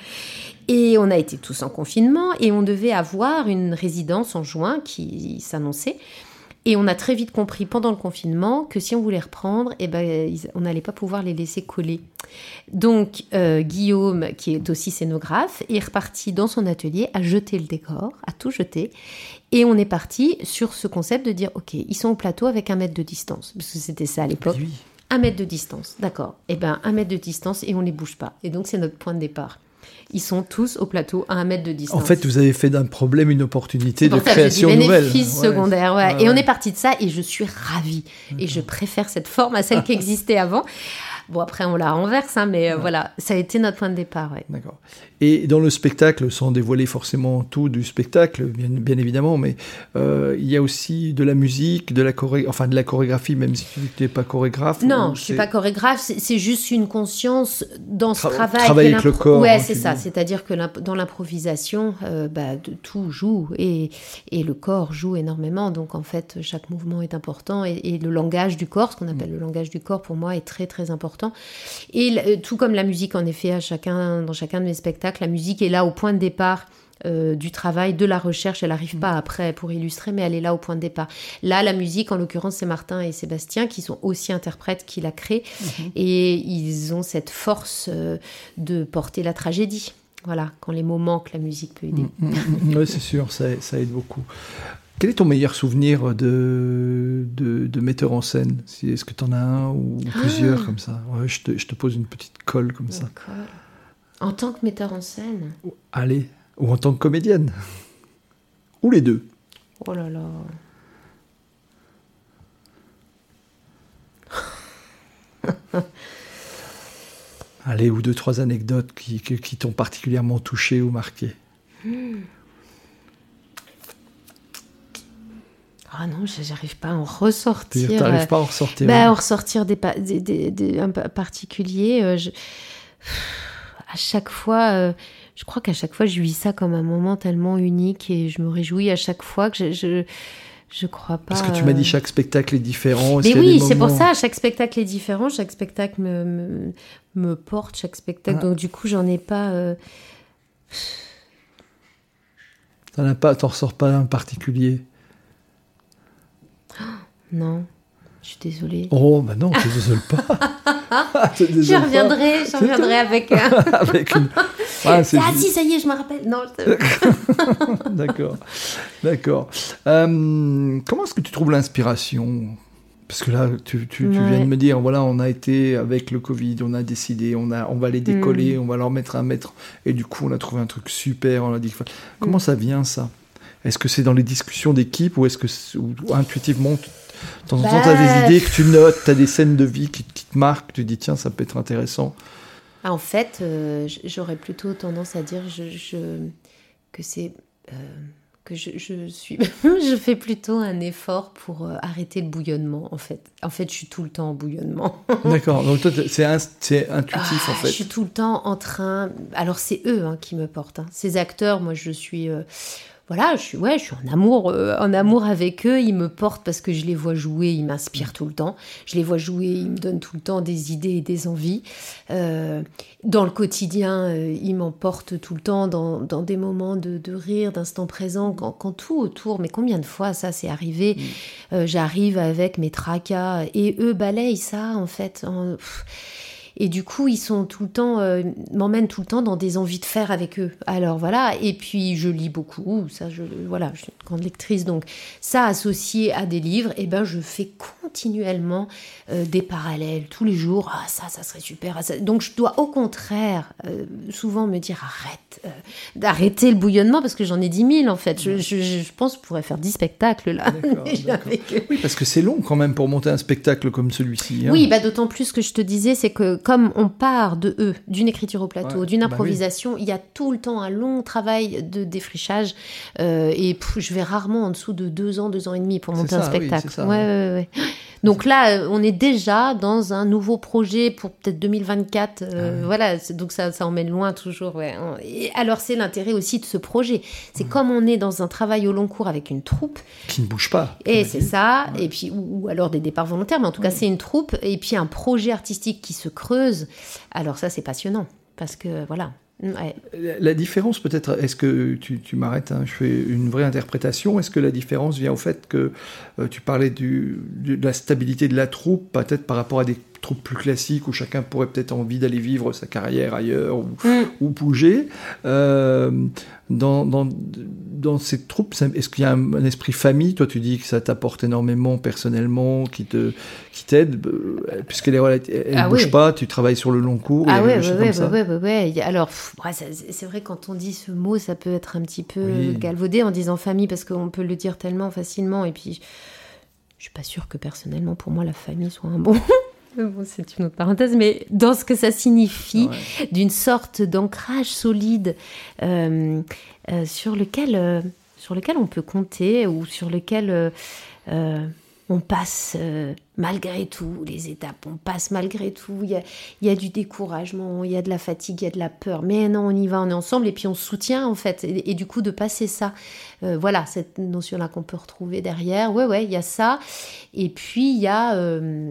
Et on a été tous en confinement et on devait avoir une résidence en juin qui s'annonçait. Et on a très vite compris pendant le confinement que si on voulait reprendre, eh ben, on n'allait pas pouvoir les laisser coller. Donc euh, Guillaume, qui est aussi scénographe, est reparti dans son atelier à jeter le décor, à tout jeter. Et on est parti sur ce concept de dire, ok, ils sont au plateau avec un mètre de distance, parce que c'était ça à l'époque. Oui. Un mètre de distance, d'accord. Eh ben un mètre de distance et on ne les bouge pas. Et donc c'est notre point de départ. Ils sont tous au plateau à un mètre de distance. En fait, vous avez fait d'un problème une opportunité de création nouvelle. Bénéfice ouais. secondaire, ouais. Ouais, et ouais. on est parti de ça et je suis ravie. D'accord. Et je préfère cette forme à celle qui existait avant. Bon, après, on la renverse, hein, mais ouais. euh, voilà, ça a été notre point de départ. Ouais. D'accord. Et dans le spectacle, sans dévoiler forcément tout du spectacle, bien, bien évidemment, mais euh, il y a aussi de la musique, de la, choré... enfin, de la chorégraphie, même si tu n'es pas chorégraphe. Non, je ne suis pas chorégraphe, c'est, c'est juste une conscience dans ce Tra- travail. Travailler avec le corps. Ouais, hein, c'est ça. Dis. C'est-à-dire que dans l'improvisation, euh, bah, de, tout joue et, et le corps joue énormément. Donc, en fait, chaque mouvement est important et, et le langage du corps, ce qu'on appelle mmh. le langage du corps, pour moi, est très, très important. Et tout comme la musique, en effet, à chacun, dans chacun de mes spectacles, la musique est là au point de départ euh, du travail, de la recherche. Elle n'arrive mmh. pas après pour illustrer, mais elle est là au point de départ. Là, la musique, en l'occurrence, c'est Martin et Sébastien qui sont aussi interprètes, qui la créent. Mmh. Et ils ont cette force euh, de porter la tragédie. Voilà, quand les mots manquent, la musique peut aider. Mmh. Mmh. Oui, c'est sûr, ça, ça aide beaucoup. Quel est ton meilleur souvenir de, de, de metteur en scène ? Est-ce que tu en as un ou plusieurs ah. comme ça ? Ouais, je, te, je te pose une petite colle comme ça. Colle. En tant que metteur en scène ? Allez, ou en tant que comédienne ? Ou les deux ? Oh là là. Allez, ou deux, trois anecdotes qui, qui, qui t'ont particulièrement touché ou marqué. Hmm. Ah non, j'arrive pas à en ressortir. Tu n'arrives pas à en ressortir bah, à en ressortir des, des, des, des un particulier. Euh, je... À chaque fois, euh, je crois qu'à chaque fois, je vis ça comme un moment tellement unique et je me réjouis à chaque fois que je... je... Je crois pas. Parce que tu m'as dit chaque spectacle est différent. Mais oui, c'est moments... pour ça. Chaque spectacle est différent. Chaque spectacle me, me, me porte. Chaque spectacle. Ah. Donc du coup, j'en ai pas. Euh... T'en as pas. T'en ressors pas un particulier. Oh, non, je suis désolée. Oh, bah non, je ne désole pas. Je reviendrai, je reviendrai avec. avec une. Ah, c'est ah si, ça y est, je me rappelle. Non. Je... D'accord, d'accord. Euh, comment est-ce que tu trouves l'inspiration ? Parce que là, tu, tu, tu ouais. viens de me dire, voilà, on a été avec le Covid, on a décidé, on a, on va les décoller, mmh. on va leur mettre un mètre, et du coup, on a trouvé un truc super. On a dit, comment mmh. ça vient ça ? Est-ce que c'est dans les discussions d'équipe ou est-ce que ou, ou intuitivement, de temps en temps, tu as des idées que tu notes, tu as des scènes de vie qui, qui te marquent, tu te dis tiens, ça peut être intéressant. En fait, euh, j'aurais plutôt tendance à dire je, je, que c'est euh, que je, je suis, je fais plutôt un effort pour euh, arrêter le bouillonnement. En fait, en fait, je suis tout le temps en bouillonnement. D'accord. Donc toi, c'est, un, c'est intuitif ah, en fait. Je suis tout le temps en train. Alors c'est eux hein, qui me portent. Hein. Ces acteurs, moi, je suis. Euh, Voilà, je suis, ouais, je suis en amour, euh, en amour avec eux. Ils me portent parce que je les vois jouer, ils m'inspirent tout le temps. Je les vois jouer, ils me donnent tout le temps des idées et des envies. Euh, dans le quotidien, euh, ils m'emportent tout le temps dans, dans des moments de, de rire, d'instant présent, quand, quand tout autour. Mais combien de fois ça s'est arrivé ? euh, J'arrive avec mes tracas et eux balayent ça, en fait. En, pff, Et du coup, ils sont tout le temps, euh, m'emmènent tout le temps dans des envies de faire avec eux. Alors voilà, et puis je lis beaucoup, ça, je, voilà, je suis une grande lectrice, donc ça associé à des livres, et ben je fais continuellement euh, des parallèles tous les jours. Ah ça, ça serait super. Ah, ça. Donc je dois au contraire euh, souvent me dire arrête, euh, d'arrêter le bouillonnement parce que j'en ai dix mille en fait. Je, je, je pense que je pourrais faire dix spectacles là. D'accord, d'accord. Oui, parce que c'est long quand même pour monter un spectacle comme celui-ci. Hein. Oui, bah d'autant plus que je te disais, c'est que comme on part de eux, d'une écriture au plateau, ouais, d'une improvisation, bah oui. il y a tout le temps un long travail de défrichage euh, et pff, je vais rarement en dessous de deux ans, deux ans et demi pour monter c'est un ça, spectacle. Oui, c'est ça, ouais, ouais, ouais. Donc là, on est déjà dans un nouveau projet pour peut-être deux mille vingt-quatre. Euh, ah oui. Voilà, donc ça, ça emmène loin toujours. Ouais. Et alors c'est l'intérêt aussi de ce projet. C'est mmh. comme on est dans un travail au long cours avec une troupe. Qui ne bouge pas. Et c'est dit. ça. Ouais. Et puis, ou, ou alors des départs volontaires, mais en tout cas, ouais. c'est une troupe. Et puis un projet artistique qui se creuse. Alors ça, c'est passionnant. Parce que voilà. Ouais. La différence peut-être, est-ce que tu, tu m'arrêtes, hein, je fais une vraie interprétation, est-ce que la différence vient au fait que euh, tu parlais du, de la stabilité de la troupe, peut-être par rapport à des troupes plus classiques où chacun pourrait peut-être envie d'aller vivre sa carrière ailleurs ou, mm. ou bouger. Euh, dans, dans, dans ces troupes, est-ce qu'il y a un, un esprit famille ? Toi, tu dis que ça t'apporte énormément personnellement, qui, te, qui t'aide, puisqu'elle ne ah bouge oui. pas, tu travailles sur le long cours. Ah oui, oui, oui, oui, oui, oui. Alors, pff, c'est vrai, quand on dit ce mot, ça peut être un petit peu oui. galvaudé en disant famille, parce qu'on peut le dire tellement facilement, et puis je ne suis pas sûre que personnellement, pour moi, la famille soit un bon... Bon, c'est une autre parenthèse, mais dans ce que ça signifie, ouais. d'une sorte d'ancrage solide euh, euh, sur, lequel, euh, sur lequel on peut compter ou sur lequel euh, euh, on passe euh, malgré tout les étapes, on passe malgré tout, il y a, il y a du découragement, il y a de la fatigue, il y a de la peur, mais non, on y va, on est ensemble et puis on se soutient en fait, et, et du coup de passer ça, euh, voilà, cette notion-là qu'on peut retrouver derrière, ouais, ouais, il y a ça, et puis il y a... Euh,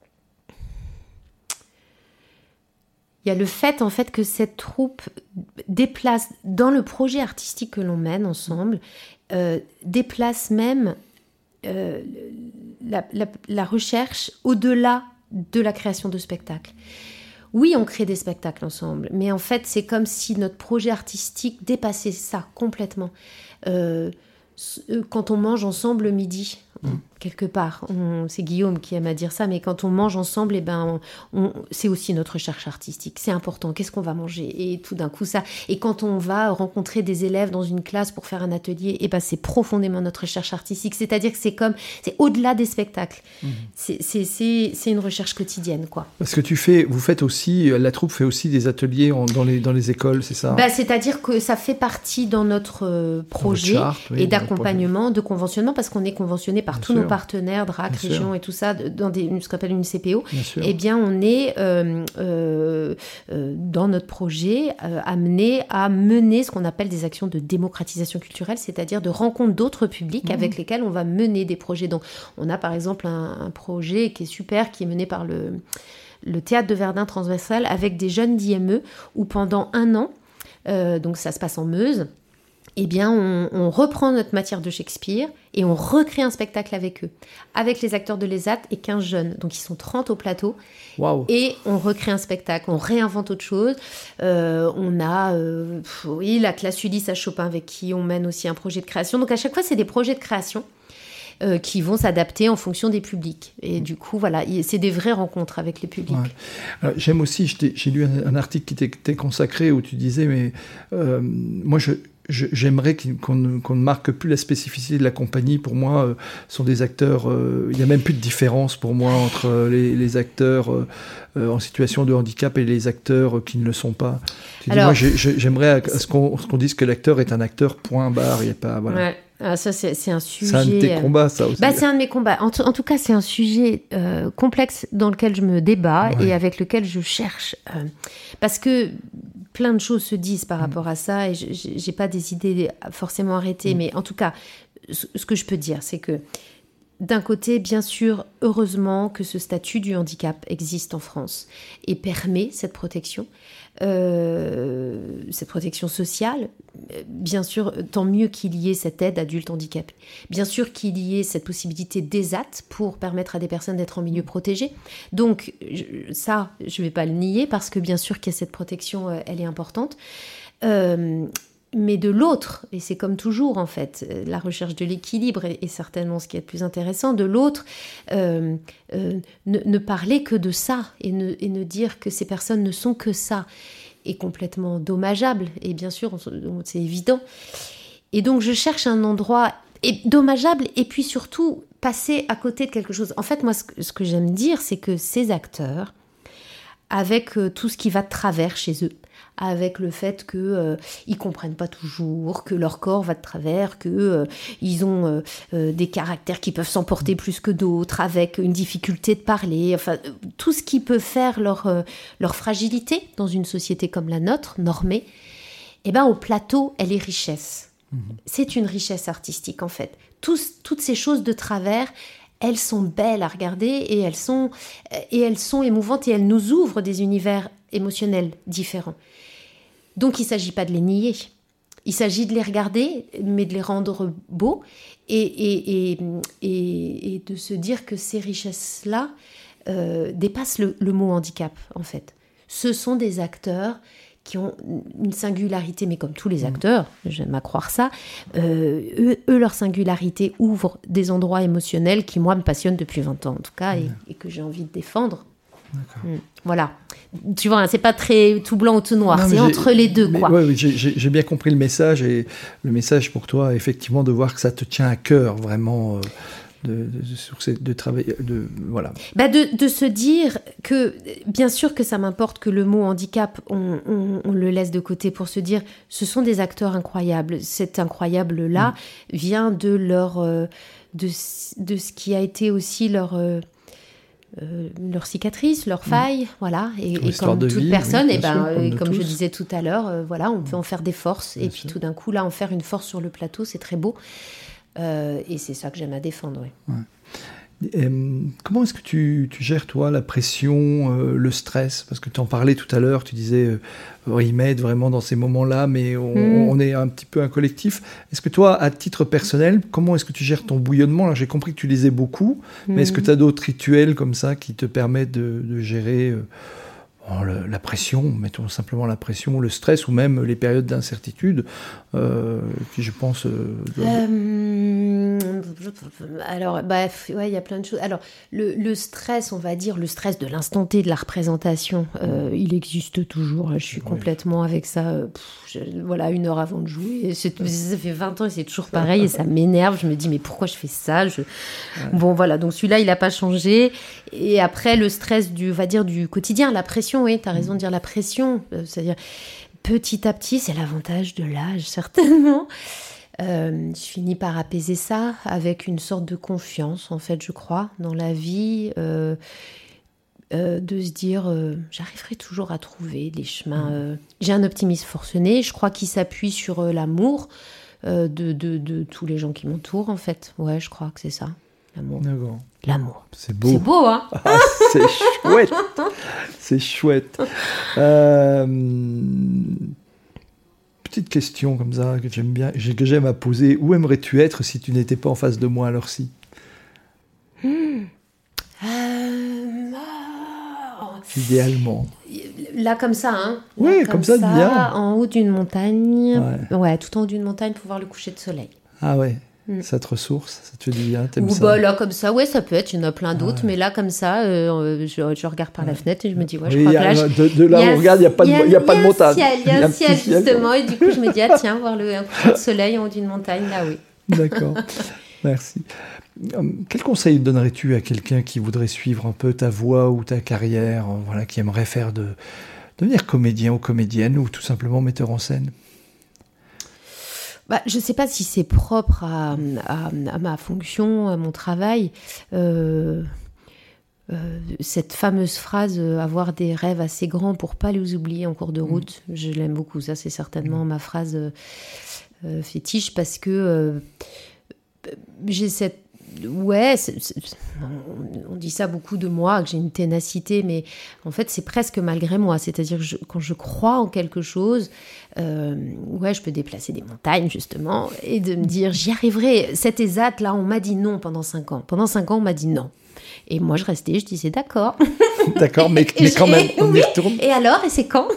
Il y a le fait, en fait, que cette troupe déplace, dans le projet artistique que l'on mène ensemble, euh, déplace même euh, la, la, la recherche au-delà de la création de spectacles. Oui, on crée des spectacles ensemble, mais en fait, c'est comme si notre projet artistique dépassait ça complètement. Euh, quand on mange ensemble le midi, mmh. quelque part, on, c'est Guillaume qui aime à dire ça, mais quand on mange ensemble, eh ben, on, on, c'est aussi notre recherche artistique. C'est important, qu'est-ce qu'on va manger ? Et tout d'un coup, ça... Et quand on va rencontrer des élèves dans une classe pour faire un atelier, eh ben, c'est profondément notre recherche artistique. C'est-à-dire que c'est comme... C'est au-delà des spectacles. Mmh. C'est, c'est, c'est, c'est une recherche quotidienne, quoi. Parce que tu fais... Vous faites aussi... La troupe fait aussi des ateliers en, dans, les, dans les écoles, c'est ça ? Bah, c'est-à-dire que ça fait partie dans notre euh, projet charte, oui, et d'accompagnement, de conventionnement, parce qu'on est conventionné par bien tous sûr. Nos partenaires, D R A C, région sûr. Et tout ça, dans des, ce qu'on appelle une C P O, eh bien, on est euh, euh, euh, dans notre projet euh, amené à mener ce qu'on appelle des actions de démocratisation culturelle, c'est-à-dire de rencontre d'autres publics mmh. avec lesquels on va mener des projets. Donc, on a par exemple un, un projet qui est super, qui est mené par le, le Théâtre de Verdun transversal avec des jeunes d'I M E, où pendant un an, euh, donc ça se passe en Meuse, eh bien, on, on reprend notre matière de Shakespeare et on recrée un spectacle avec eux, avec les acteurs de l'E S A T et quinze jeunes. Donc, ils sont trente au plateau. Wow. Et on recrée un spectacle, on réinvente autre chose. Euh, on a, euh, oui, la classe Ulysse à Chopin avec qui on mène aussi un projet de création. Donc, à chaque fois, c'est des projets de création euh, qui vont s'adapter en fonction des publics. Et du coup, voilà, c'est des vraies rencontres avec les publics. Ouais. Alors, j'aime aussi, j'ai lu un, un article qui t'était consacré où tu disais, mais euh, moi, je... Je, j'aimerais qu'on ne, qu'on ne marque plus la spécificité de la compagnie. Pour moi, euh, sont des acteurs... Euh, il n'y a même plus de différence pour moi entre euh, les, les acteurs euh, euh, en situation de handicap et les acteurs euh, qui ne le sont pas. Tu Alors, dis, moi, j'ai, j'ai, j'aimerais à, à ce, qu'on, ce qu'on dise que l'acteur est un acteur, point barre. Il n'y a pas... Voilà. Ouais. Ah, ça, c'est, c'est un sujet... C'est un de tes combats, ça aussi. Bah, c'est un de mes combats. En, t- en tout cas, c'est un sujet euh, complexe dans lequel je me débat ouais. et avec lequel je cherche. Euh, parce que plein de choses se disent par mmh. rapport à ça et je n'ai pas des idées forcément arrêtées. Mmh. Mais en tout cas, ce, ce que je peux dire, c'est que d'un côté, bien sûr, heureusement que ce statut du handicap existe en France et permet cette protection. euh, cette protection sociale. Bien sûr, tant mieux qu'il y ait cette aide adulte handicapé. Bien sûr qu'il y ait cette possibilité d'E S A T pour permettre à des personnes d'être en milieu protégé. Donc je, ça, je ne vais pas le nier parce que bien sûr qu'il y a cette protection, euh, elle est importante. Euh, mais de l'autre, et c'est comme toujours en fait, la recherche de l'équilibre est, est certainement ce qui est le plus intéressant, de l'autre, euh, euh, ne, ne parler que de ça et ne, et ne dire que ces personnes ne sont que ça est complètement dommageable, et bien sûr, on, c'est évident. Et donc je cherche un endroit et dommageable et puis surtout passer à côté de quelque chose. En fait, moi, ce que, ce que j'aime dire, c'est que ces acteurs, avec euh, tout ce qui va de travers chez eux, avec le fait qu'ils euh, ne comprennent pas toujours, que leur corps va de travers, qu'ils euh, ont euh, euh, des caractères qui peuvent s'emporter plus que d'autres, avec une difficulté de parler, enfin, euh, tout ce qui peut faire leur, euh, leur fragilité dans une société comme la nôtre, normée, eh ben, au plateau, elle est richesse. Mmh. C'est une richesse artistique, en fait. Tous, toutes ces choses de travers, elles sont belles à regarder et elles sont, et elles sont émouvantes et elles nous ouvrent des univers émotionnels différents. Donc, il ne s'agit pas de les nier. Il s'agit de les regarder, mais de les rendre beaux et, et, et, et, et de se dire que ces richesses-là euh, dépassent le, le mot handicap, en fait. Ce sont des acteurs qui ont une singularité, mais comme tous les acteurs, j'aime à croire ça, euh, eux, eux, leur singularité ouvre des endroits émotionnels qui, moi, me passionnent depuis vingt ans, en tout cas, et, et que j'ai envie de défendre. Mmh. Voilà. Tu vois, c'est pas très tout blanc ou tout noir, non, c'est entre les deux, mais, quoi. Ouais, oui, j'ai, j'ai bien compris le message, et le message pour toi, effectivement, de voir que ça te tient à cœur, vraiment... Euh... De, de, de, de travailler, de, voilà. Bah de, de se dire que, bien sûr que ça m'importe que le mot handicap, on, on, on le laisse de côté pour se dire, ce sont des acteurs incroyables. Cet incroyable-là mmh. vient de leur, euh, de, de ce qui a été aussi leur, euh, euh, leur cicatrice, leur faille, mmh. voilà. Et, et comme toute vie, personne, oui, et ben, sûr, comme, comme je disais tout à l'heure, euh, voilà, on peut en faire des forces. Bien et puis sûr. Tout d'un coup, là, en faire une force sur le plateau, c'est très beau. Euh, et c'est ça que j'aime à défendre, oui. Ouais. Et, comment est-ce que tu, tu gères, toi, la pression, euh, le stress ? Parce que tu en parlais tout à l'heure, tu disais, euh, il m'aide vraiment dans ces moments-là, mais on, mmh. on est un petit peu un collectif. Est-ce que toi, à titre personnel, comment est-ce que tu gères ton bouillonnement ? Alors, j'ai compris que tu lisais beaucoup, mmh. mais est-ce que tu as d'autres rituels comme ça qui te permettent de, de gérer... Euh, Oh, le, la pression, mettons simplement la pression, le stress ou même les périodes d'incertitude euh, qui, je pense... Euh, doivent... euh, alors, bah, ouais, il y a plein de choses. Alors, le, le stress, on va dire, le stress de l'instant T de la représentation, euh, il existe toujours. Je suis complètement oui. avec ça. Pff, je, voilà, une heure avant de jouer. C'est, ça fait vingt ans et c'est toujours pareil et ça m'énerve. Je me dis, mais pourquoi je fais ça je... ouais. Bon, voilà, donc celui-là, il n'a pas changé. Et après, le stress du, on va dire, du quotidien, la pression, oui, tu as raison de dire la pression, euh, c'est-à-dire petit à petit, c'est l'avantage de l'âge, certainement. Euh, je finis par apaiser ça avec une sorte de confiance, en fait, je crois, dans la vie, euh, euh, de se dire, euh, j'arriverai toujours à trouver des chemins. Euh, j'ai un optimisme forcené, je crois qu'il s'appuie sur euh, l'amour euh, de, de, de tous les gens qui m'entourent, en fait. Ouais, je crois que c'est ça. L'amour. D'accord. L'amour. C'est beau. C'est beau, hein. Ah, c'est chouette. C'est chouette. Euh, petite question comme ça que j'aime bien, que j'aime à poser. Où aimerais-tu être si tu n'étais pas en face de moi à l'heure-ci ? mmh. euh... Idéalement. Là, comme ça, hein. Oui, Là, comme, comme ça, ça, bien. En haut d'une montagne. Ouais. ouais, tout en haut d'une montagne pour voir le coucher de soleil. Ah ouais. Mm. Ça te ressource, ça te fait du bien, t'aimes Ou ça ? bah là comme ça, ouais, ça peut être, il y en a plein d'autres, ouais. mais là comme ça, euh, je, je regarde par ouais. la fenêtre et je me dis, ouais, je oui, crois que là, je... de, de là où on regarde, il n'y a pas de, y a, y a pas de montagne. Il y a un ciel, justement, ciel, et du coup je me dis, ah tiens, voir le un coucher de soleil en haut d'une montagne, là oui. D'accord, merci. Quel conseil donnerais-tu à quelqu'un qui voudrait suivre un peu ta voie ou ta carrière, voilà, qui aimerait faire de devenir comédien ou comédienne ou tout simplement metteur en scène ? Bah, je ne sais pas si c'est propre à, à, à ma fonction, à mon travail. Euh, euh, cette fameuse phrase euh, « avoir des rêves assez grands pour ne pas les oublier en cours de route mmh. », je l'aime beaucoup. Ça, c'est certainement mmh. ma phrase euh, fétiche parce que euh, j'ai cette ouais, c'est, c'est, on, on dit ça beaucoup de moi, que j'ai une ténacité, mais en fait, c'est presque malgré moi. C'est-à-dire que je, quand je crois en quelque chose, euh, ouais, je peux déplacer des montagnes, justement, et de me dire, j'y arriverai. Cet E S A T, là, on m'a dit non pendant cinq ans. Pendant cinq ans, on m'a dit non. Et moi, je restais, je disais d'accord. D'accord, mais, mais quand même, on oui. y retourne. Et alors, et c'est quand?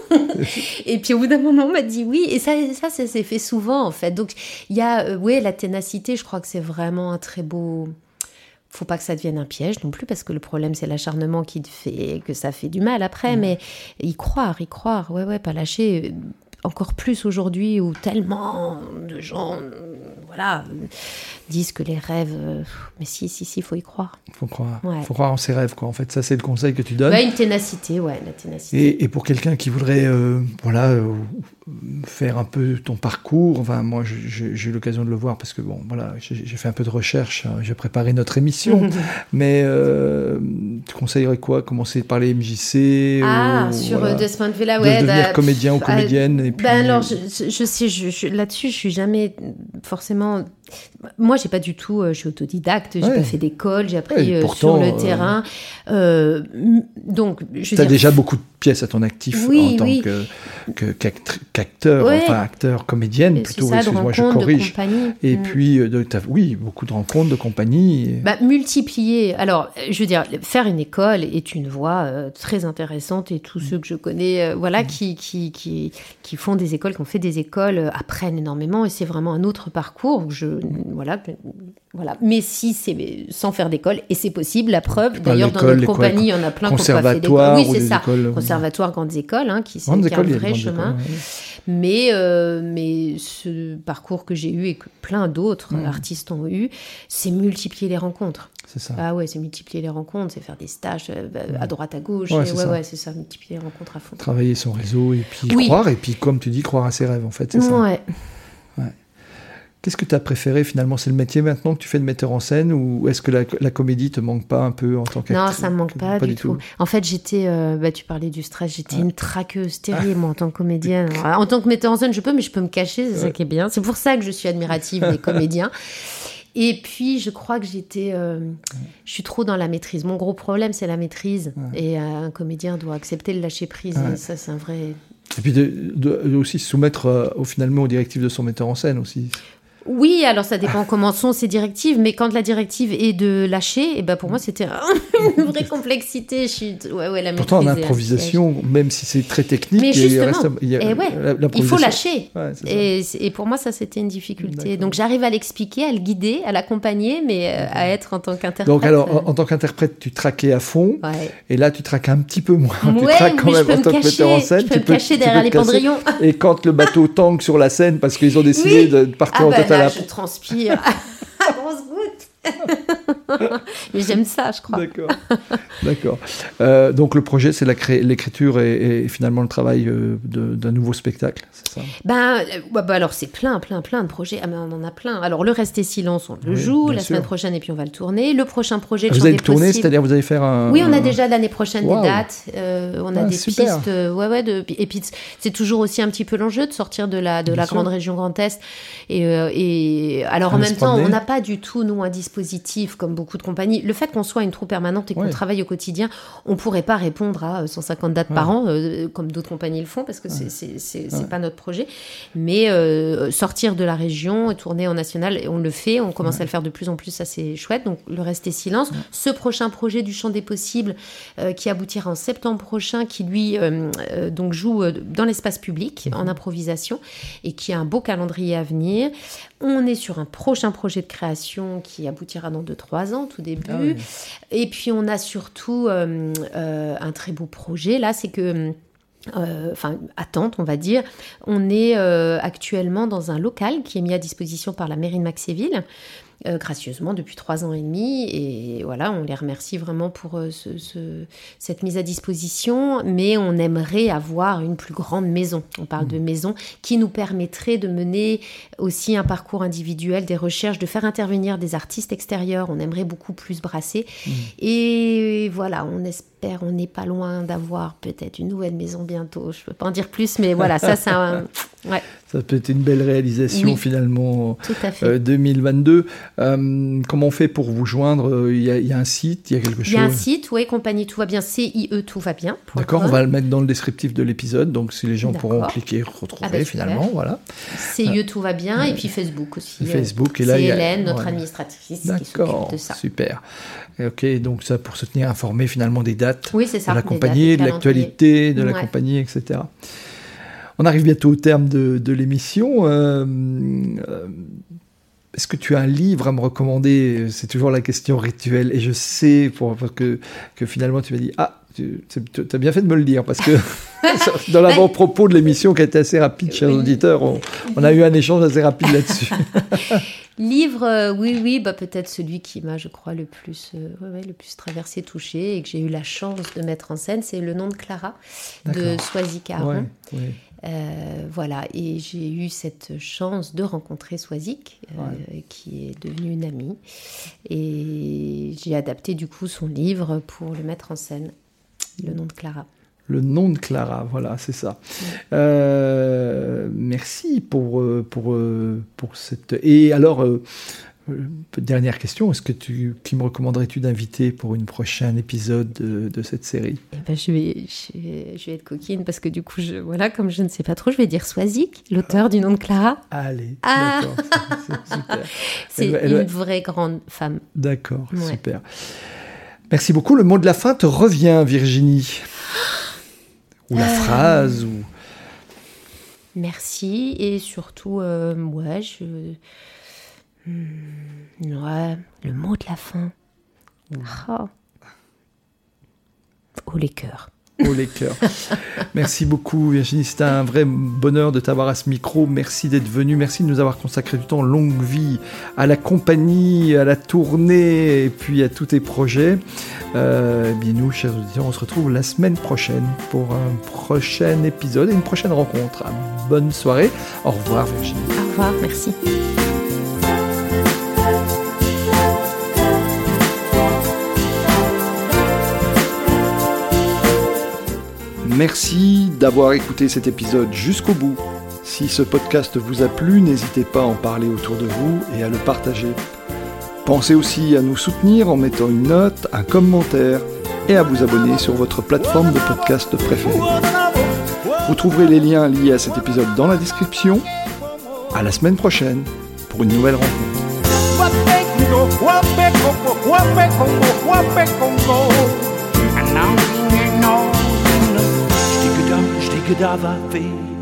Et puis au bout d'un moment, on m'a dit oui. Et ça, ça, ça s'est fait souvent, en fait. Donc, il y a, euh, ouais, la ténacité, je crois que c'est vraiment un très beau... Faut pas que ça devienne un piège non plus, parce que le problème, c'est l'acharnement qui fait que ça fait du mal après. Mmh. Mais y croire, y croire, ouais, ouais, pas lâcher... Encore plus aujourd'hui où tellement de gens voilà, disent que les rêves... Mais si, si, si, il faut y croire. Il faut croire. Ouais. Faut croire en ses rêves, quoi. En fait, ça, c'est le conseil que tu donnes. Ouais, une ténacité, ouais, la ténacité. Et, et pour quelqu'un qui voudrait euh, voilà, euh, faire un peu ton parcours, enfin, moi, j'ai, j'ai eu l'occasion de le voir parce que, bon, voilà, j'ai, j'ai fait un peu de recherche, hein, j'ai préparé notre émission, mais euh, tu conseillerais quoi? Commencer par les M J C? Ah, ou, sur voilà, de ce point de vue-là, ouais. De devenir bah, comédien ou comédienne et puis... Ben alors, je, je sais, je, je, là-dessus, je suis jamais forcément... Moi, j'ai pas du tout... Je suis autodidacte, j'ai ouais. pas fait d'école, j'ai appris ouais, pourtant, sur le euh... terrain. Euh, donc, je T'as dire... déjà beaucoup de pièces à ton actif oui, en tant oui. que, que, qu'act- qu'acteur, ouais. enfin acteur, comédienne, et plutôt, ça, excuse-moi, je corrige. Et mm. puis, de, t'as, oui, beaucoup de rencontres, de compagnie. Bah, multiplier. Alors, je veux dire, faire une école est une voie euh, très intéressante et tous mm. ceux que je connais, euh, voilà, mm. qui, qui, qui, qui font des écoles, qui ont fait des écoles, euh, apprennent énormément et c'est vraiment un autre parcours. Je, voilà, voilà. Mais si c'est sans faire d'école, et c'est possible, la preuve. D'ailleurs, dans notre compagnie, il y en a plein qui n'ont pas fait d'école. Oui, c'est ça. Écoles, conservatoire, grandes écoles, hein, qui, grandes qui écoles, a un vrai chemin. Écoles, ouais. Mais, euh, mais ce parcours que j'ai eu et que plein d'autres mmh. artistes ont eu, c'est multiplier les rencontres. C'est ça. Ah ouais, c'est multiplier les rencontres, c'est faire des stages à droite, à gauche. Ouais, et c'est, ouais, ça. ouais, c'est ça, multiplier les rencontres à fond. Travailler son réseau et puis oui. croire, et puis comme tu dis, croire à ses rêves, en fait, c'est ça. Ouais. Ouais. Qu'est-ce que tu as préféré finalement? C'est le métier maintenant que tu fais de metteur en scène, ou est-ce que la, la comédie te manque pas un peu en tant qu'actrice? Non, ça me manque pas, pas du, du tout. tout. En fait, j'étais, euh, bah, tu parlais du stress, j'étais ah. une traqueuse terrible ah. moi en tant que comédienne. En tant que metteur en scène, je peux, mais je peux me cacher, c'est ouais. ça qui est bien. C'est pour ça que je suis admirative des comédiens. Et puis, je crois que j'étais... Euh, je suis trop dans la maîtrise. Mon gros problème, c'est la maîtrise. Ouais. Et euh, un comédien doit accepter le lâcher-prise. Ouais. Et ça, c'est un vrai... Et puis, de, de, de aussi se soumettre euh, au, finalement aux directives de son metteur en scène aussi. Oui, alors ça dépend comment sont ces directives, mais quand la directive est de lâcher, et ben pour moi c'était une vraie complexité. Je suis... ouais, ouais, la Pourtant en improvisation, même si c'est très technique, mais justement, il, reste, il, y a, et ouais, il faut lâcher. Ouais, et, et pour moi ça c'était une difficulté. D'accord. Donc j'arrive à l'expliquer, à le guider, à l'accompagner, mais euh, à être en tant qu'interprète. Donc alors en, en tant qu'interprète, tu traquais à fond, ouais. et là tu traques un petit peu moins. Ouais, tu traques quand même en tant que metteur en scène. Je peux me cacher derrière les pendrillons. Et quand le bateau tangue sur la scène parce qu'ils ont décidé oui. de partir ah en bah tête à la... Je transpire à grosse goutte. Mais j'aime ça, je crois. D'accord. D'accord. Euh, donc le projet, c'est la cré... l'écriture et, et finalement le travail euh, de, d'un nouveau spectacle, c'est ça? Ben, bah, bah, alors c'est plein, plein, plein de projets. Ah, mais on en a plein. Alors le Rester Silence, on le oui, joue la sûr. semaine prochaine et puis on va le tourner. Le prochain projet, le Vous Chant allez des le tourner, possibles. c'est-à-dire vous allez faire un... Oui, on a déjà l'année prochaine wow. des dates. Euh, on a ah, des super. pistes. Euh, ouais, ouais. De... Et puis c'est toujours aussi un petit peu l'enjeu de sortir de la de Bien la sûr. grande région Grand Est. Et, euh, et alors en même temps, on n'a pas du tout nous un dispositif comme beaucoup de compagnies. Le fait qu'on soit une troupe permanente et qu'on ouais. travaille au quotidien, on pourrait pas répondre à cent cinquante dates ouais. par an euh, comme d'autres compagnies le font parce que ouais. c'est c'est c'est, c'est ouais. pas notre projet. Mais euh, sortir de la région et tourner en national, on le fait, on commence ouais. à le faire de plus en plus, ça c'est chouette. Donc le Rester Silence, ouais. ce prochain projet du Chant des possibles euh, qui aboutira en septembre prochain, qui lui euh, euh, donc joue euh, dans l'espace public ouais. en improvisation et qui a un beau calendrier à venir. On est sur un prochain projet de création qui aboutira dans deux trois ans, tout début. Ah oui. Et puis on a surtout euh, euh, un très beau projet là, c'est que Euh, enfin, attente, on va dire. On est euh, actuellement dans un local qui est mis à disposition par la mairie de Maxéville, euh, gracieusement depuis trois ans et demi. Et voilà, on les remercie vraiment pour euh, ce, ce, cette mise à disposition. Mais on aimerait avoir une plus grande maison. On parle mmh. de maison qui nous permettrait de mener aussi un parcours individuel, des recherches, de faire intervenir des artistes extérieurs. On aimerait beaucoup plus brasser. Mmh. Et voilà, on espère, on n'est pas loin d'avoir peut-être une nouvelle maison bientôt. Je ne peux pas en dire plus, mais voilà, ça c'est un... Ouais. Ça peut être une belle réalisation oui. finalement. Tout à fait. Euh, deux mille vingt-deux. Euh, comment on fait pour vous joindre ? Il y, a, il y a un site, il y a quelque chose ? Il y a un site, oui, Compagnie Tout va bien, C I E Tout va bien. D'accord, on va le mettre dans le descriptif de l'épisode, donc si les gens D'accord. pourront cliquer, retrouver ah ben, finalement, voilà. C I E Tout va bien, et puis Facebook aussi. Facebook, euh, et là, c'est il y a... Hélène, notre ouais. administratrice, D'accord, qui s'occupe de ça. Super. Ok, donc ça pour se tenir informé finalement des dates oui, c'est ça, de la des compagnie, dates, de l'actualité de la ouais. compagnie, et cetera. On arrive bientôt au terme de, de l'émission. Euh, euh, est-ce que tu as un livre à me recommander ? C'est toujours la question rituelle. Et je sais pour, pour que, que finalement tu m'as dit « Ah, tu as bien fait de me le dire » parce que dans l'avant-propos de l'émission qui a été assez rapide, chers oui. auditeurs, on, on a eu un échange assez rapide là-dessus. Livre, euh, oui, oui, bah, peut-être celui qui m'a, je crois, le plus, euh, ouais, ouais, le plus traversé, touché, et que j'ai eu la chance de mettre en scène, c'est Le nom de Clara, D'accord. de Soisy Caron. Ouais, ouais. Euh, voilà, et j'ai eu cette chance de rencontrer Soisic, euh, ouais. qui est devenue une amie, et j'ai adapté du coup son livre pour le mettre en scène, Le nom de Clara. Le nom de Clara, voilà, c'est ça. Oui. Euh, merci pour, pour, pour cette... Et alors, euh, dernière question, est-ce que tu, qui me recommanderais-tu d'inviter pour une prochaine épisode de, de cette série ? Eh ben, je, vais, je, vais, je vais être coquine parce que du coup, je, voilà, comme je ne sais pas trop, je vais dire Soisic, l'auteur ah. du nom de Clara. Allez, ah. d'accord, c'est, c'est super. C'est elle, elle, une elle... vraie grande femme. D'accord, ouais. Super. Merci beaucoup. Le mot de la fin te revient, Virginie. Ou la euh... phrase, ou... Merci, et surtout, euh, ouais, je... Ouais, le mot de la fin. Oh, oh les cœurs. Oh les cœurs. Merci beaucoup Virginie, c'était un vrai bonheur de t'avoir à ce micro. Merci d'être venue, merci de nous avoir consacré du temps. Longue vie à la compagnie, à la tournée et puis à tous tes projets. Euh, et bien nous, chers auditeurs, on se retrouve la semaine prochaine pour un prochain épisode et une prochaine rencontre. Bonne soirée. Au revoir Virginie. Au revoir, merci. Merci d'avoir écouté cet épisode jusqu'au bout. Si ce podcast vous a plu, n'hésitez pas à en parler autour de vous et à le partager. Pensez aussi à nous soutenir en mettant une note, un commentaire et à vous abonner sur votre plateforme de podcast préférée. Vous trouverez les liens liés à cet épisode dans la description. À la semaine prochaine pour une nouvelle rencontre. Stick it up, stick it up,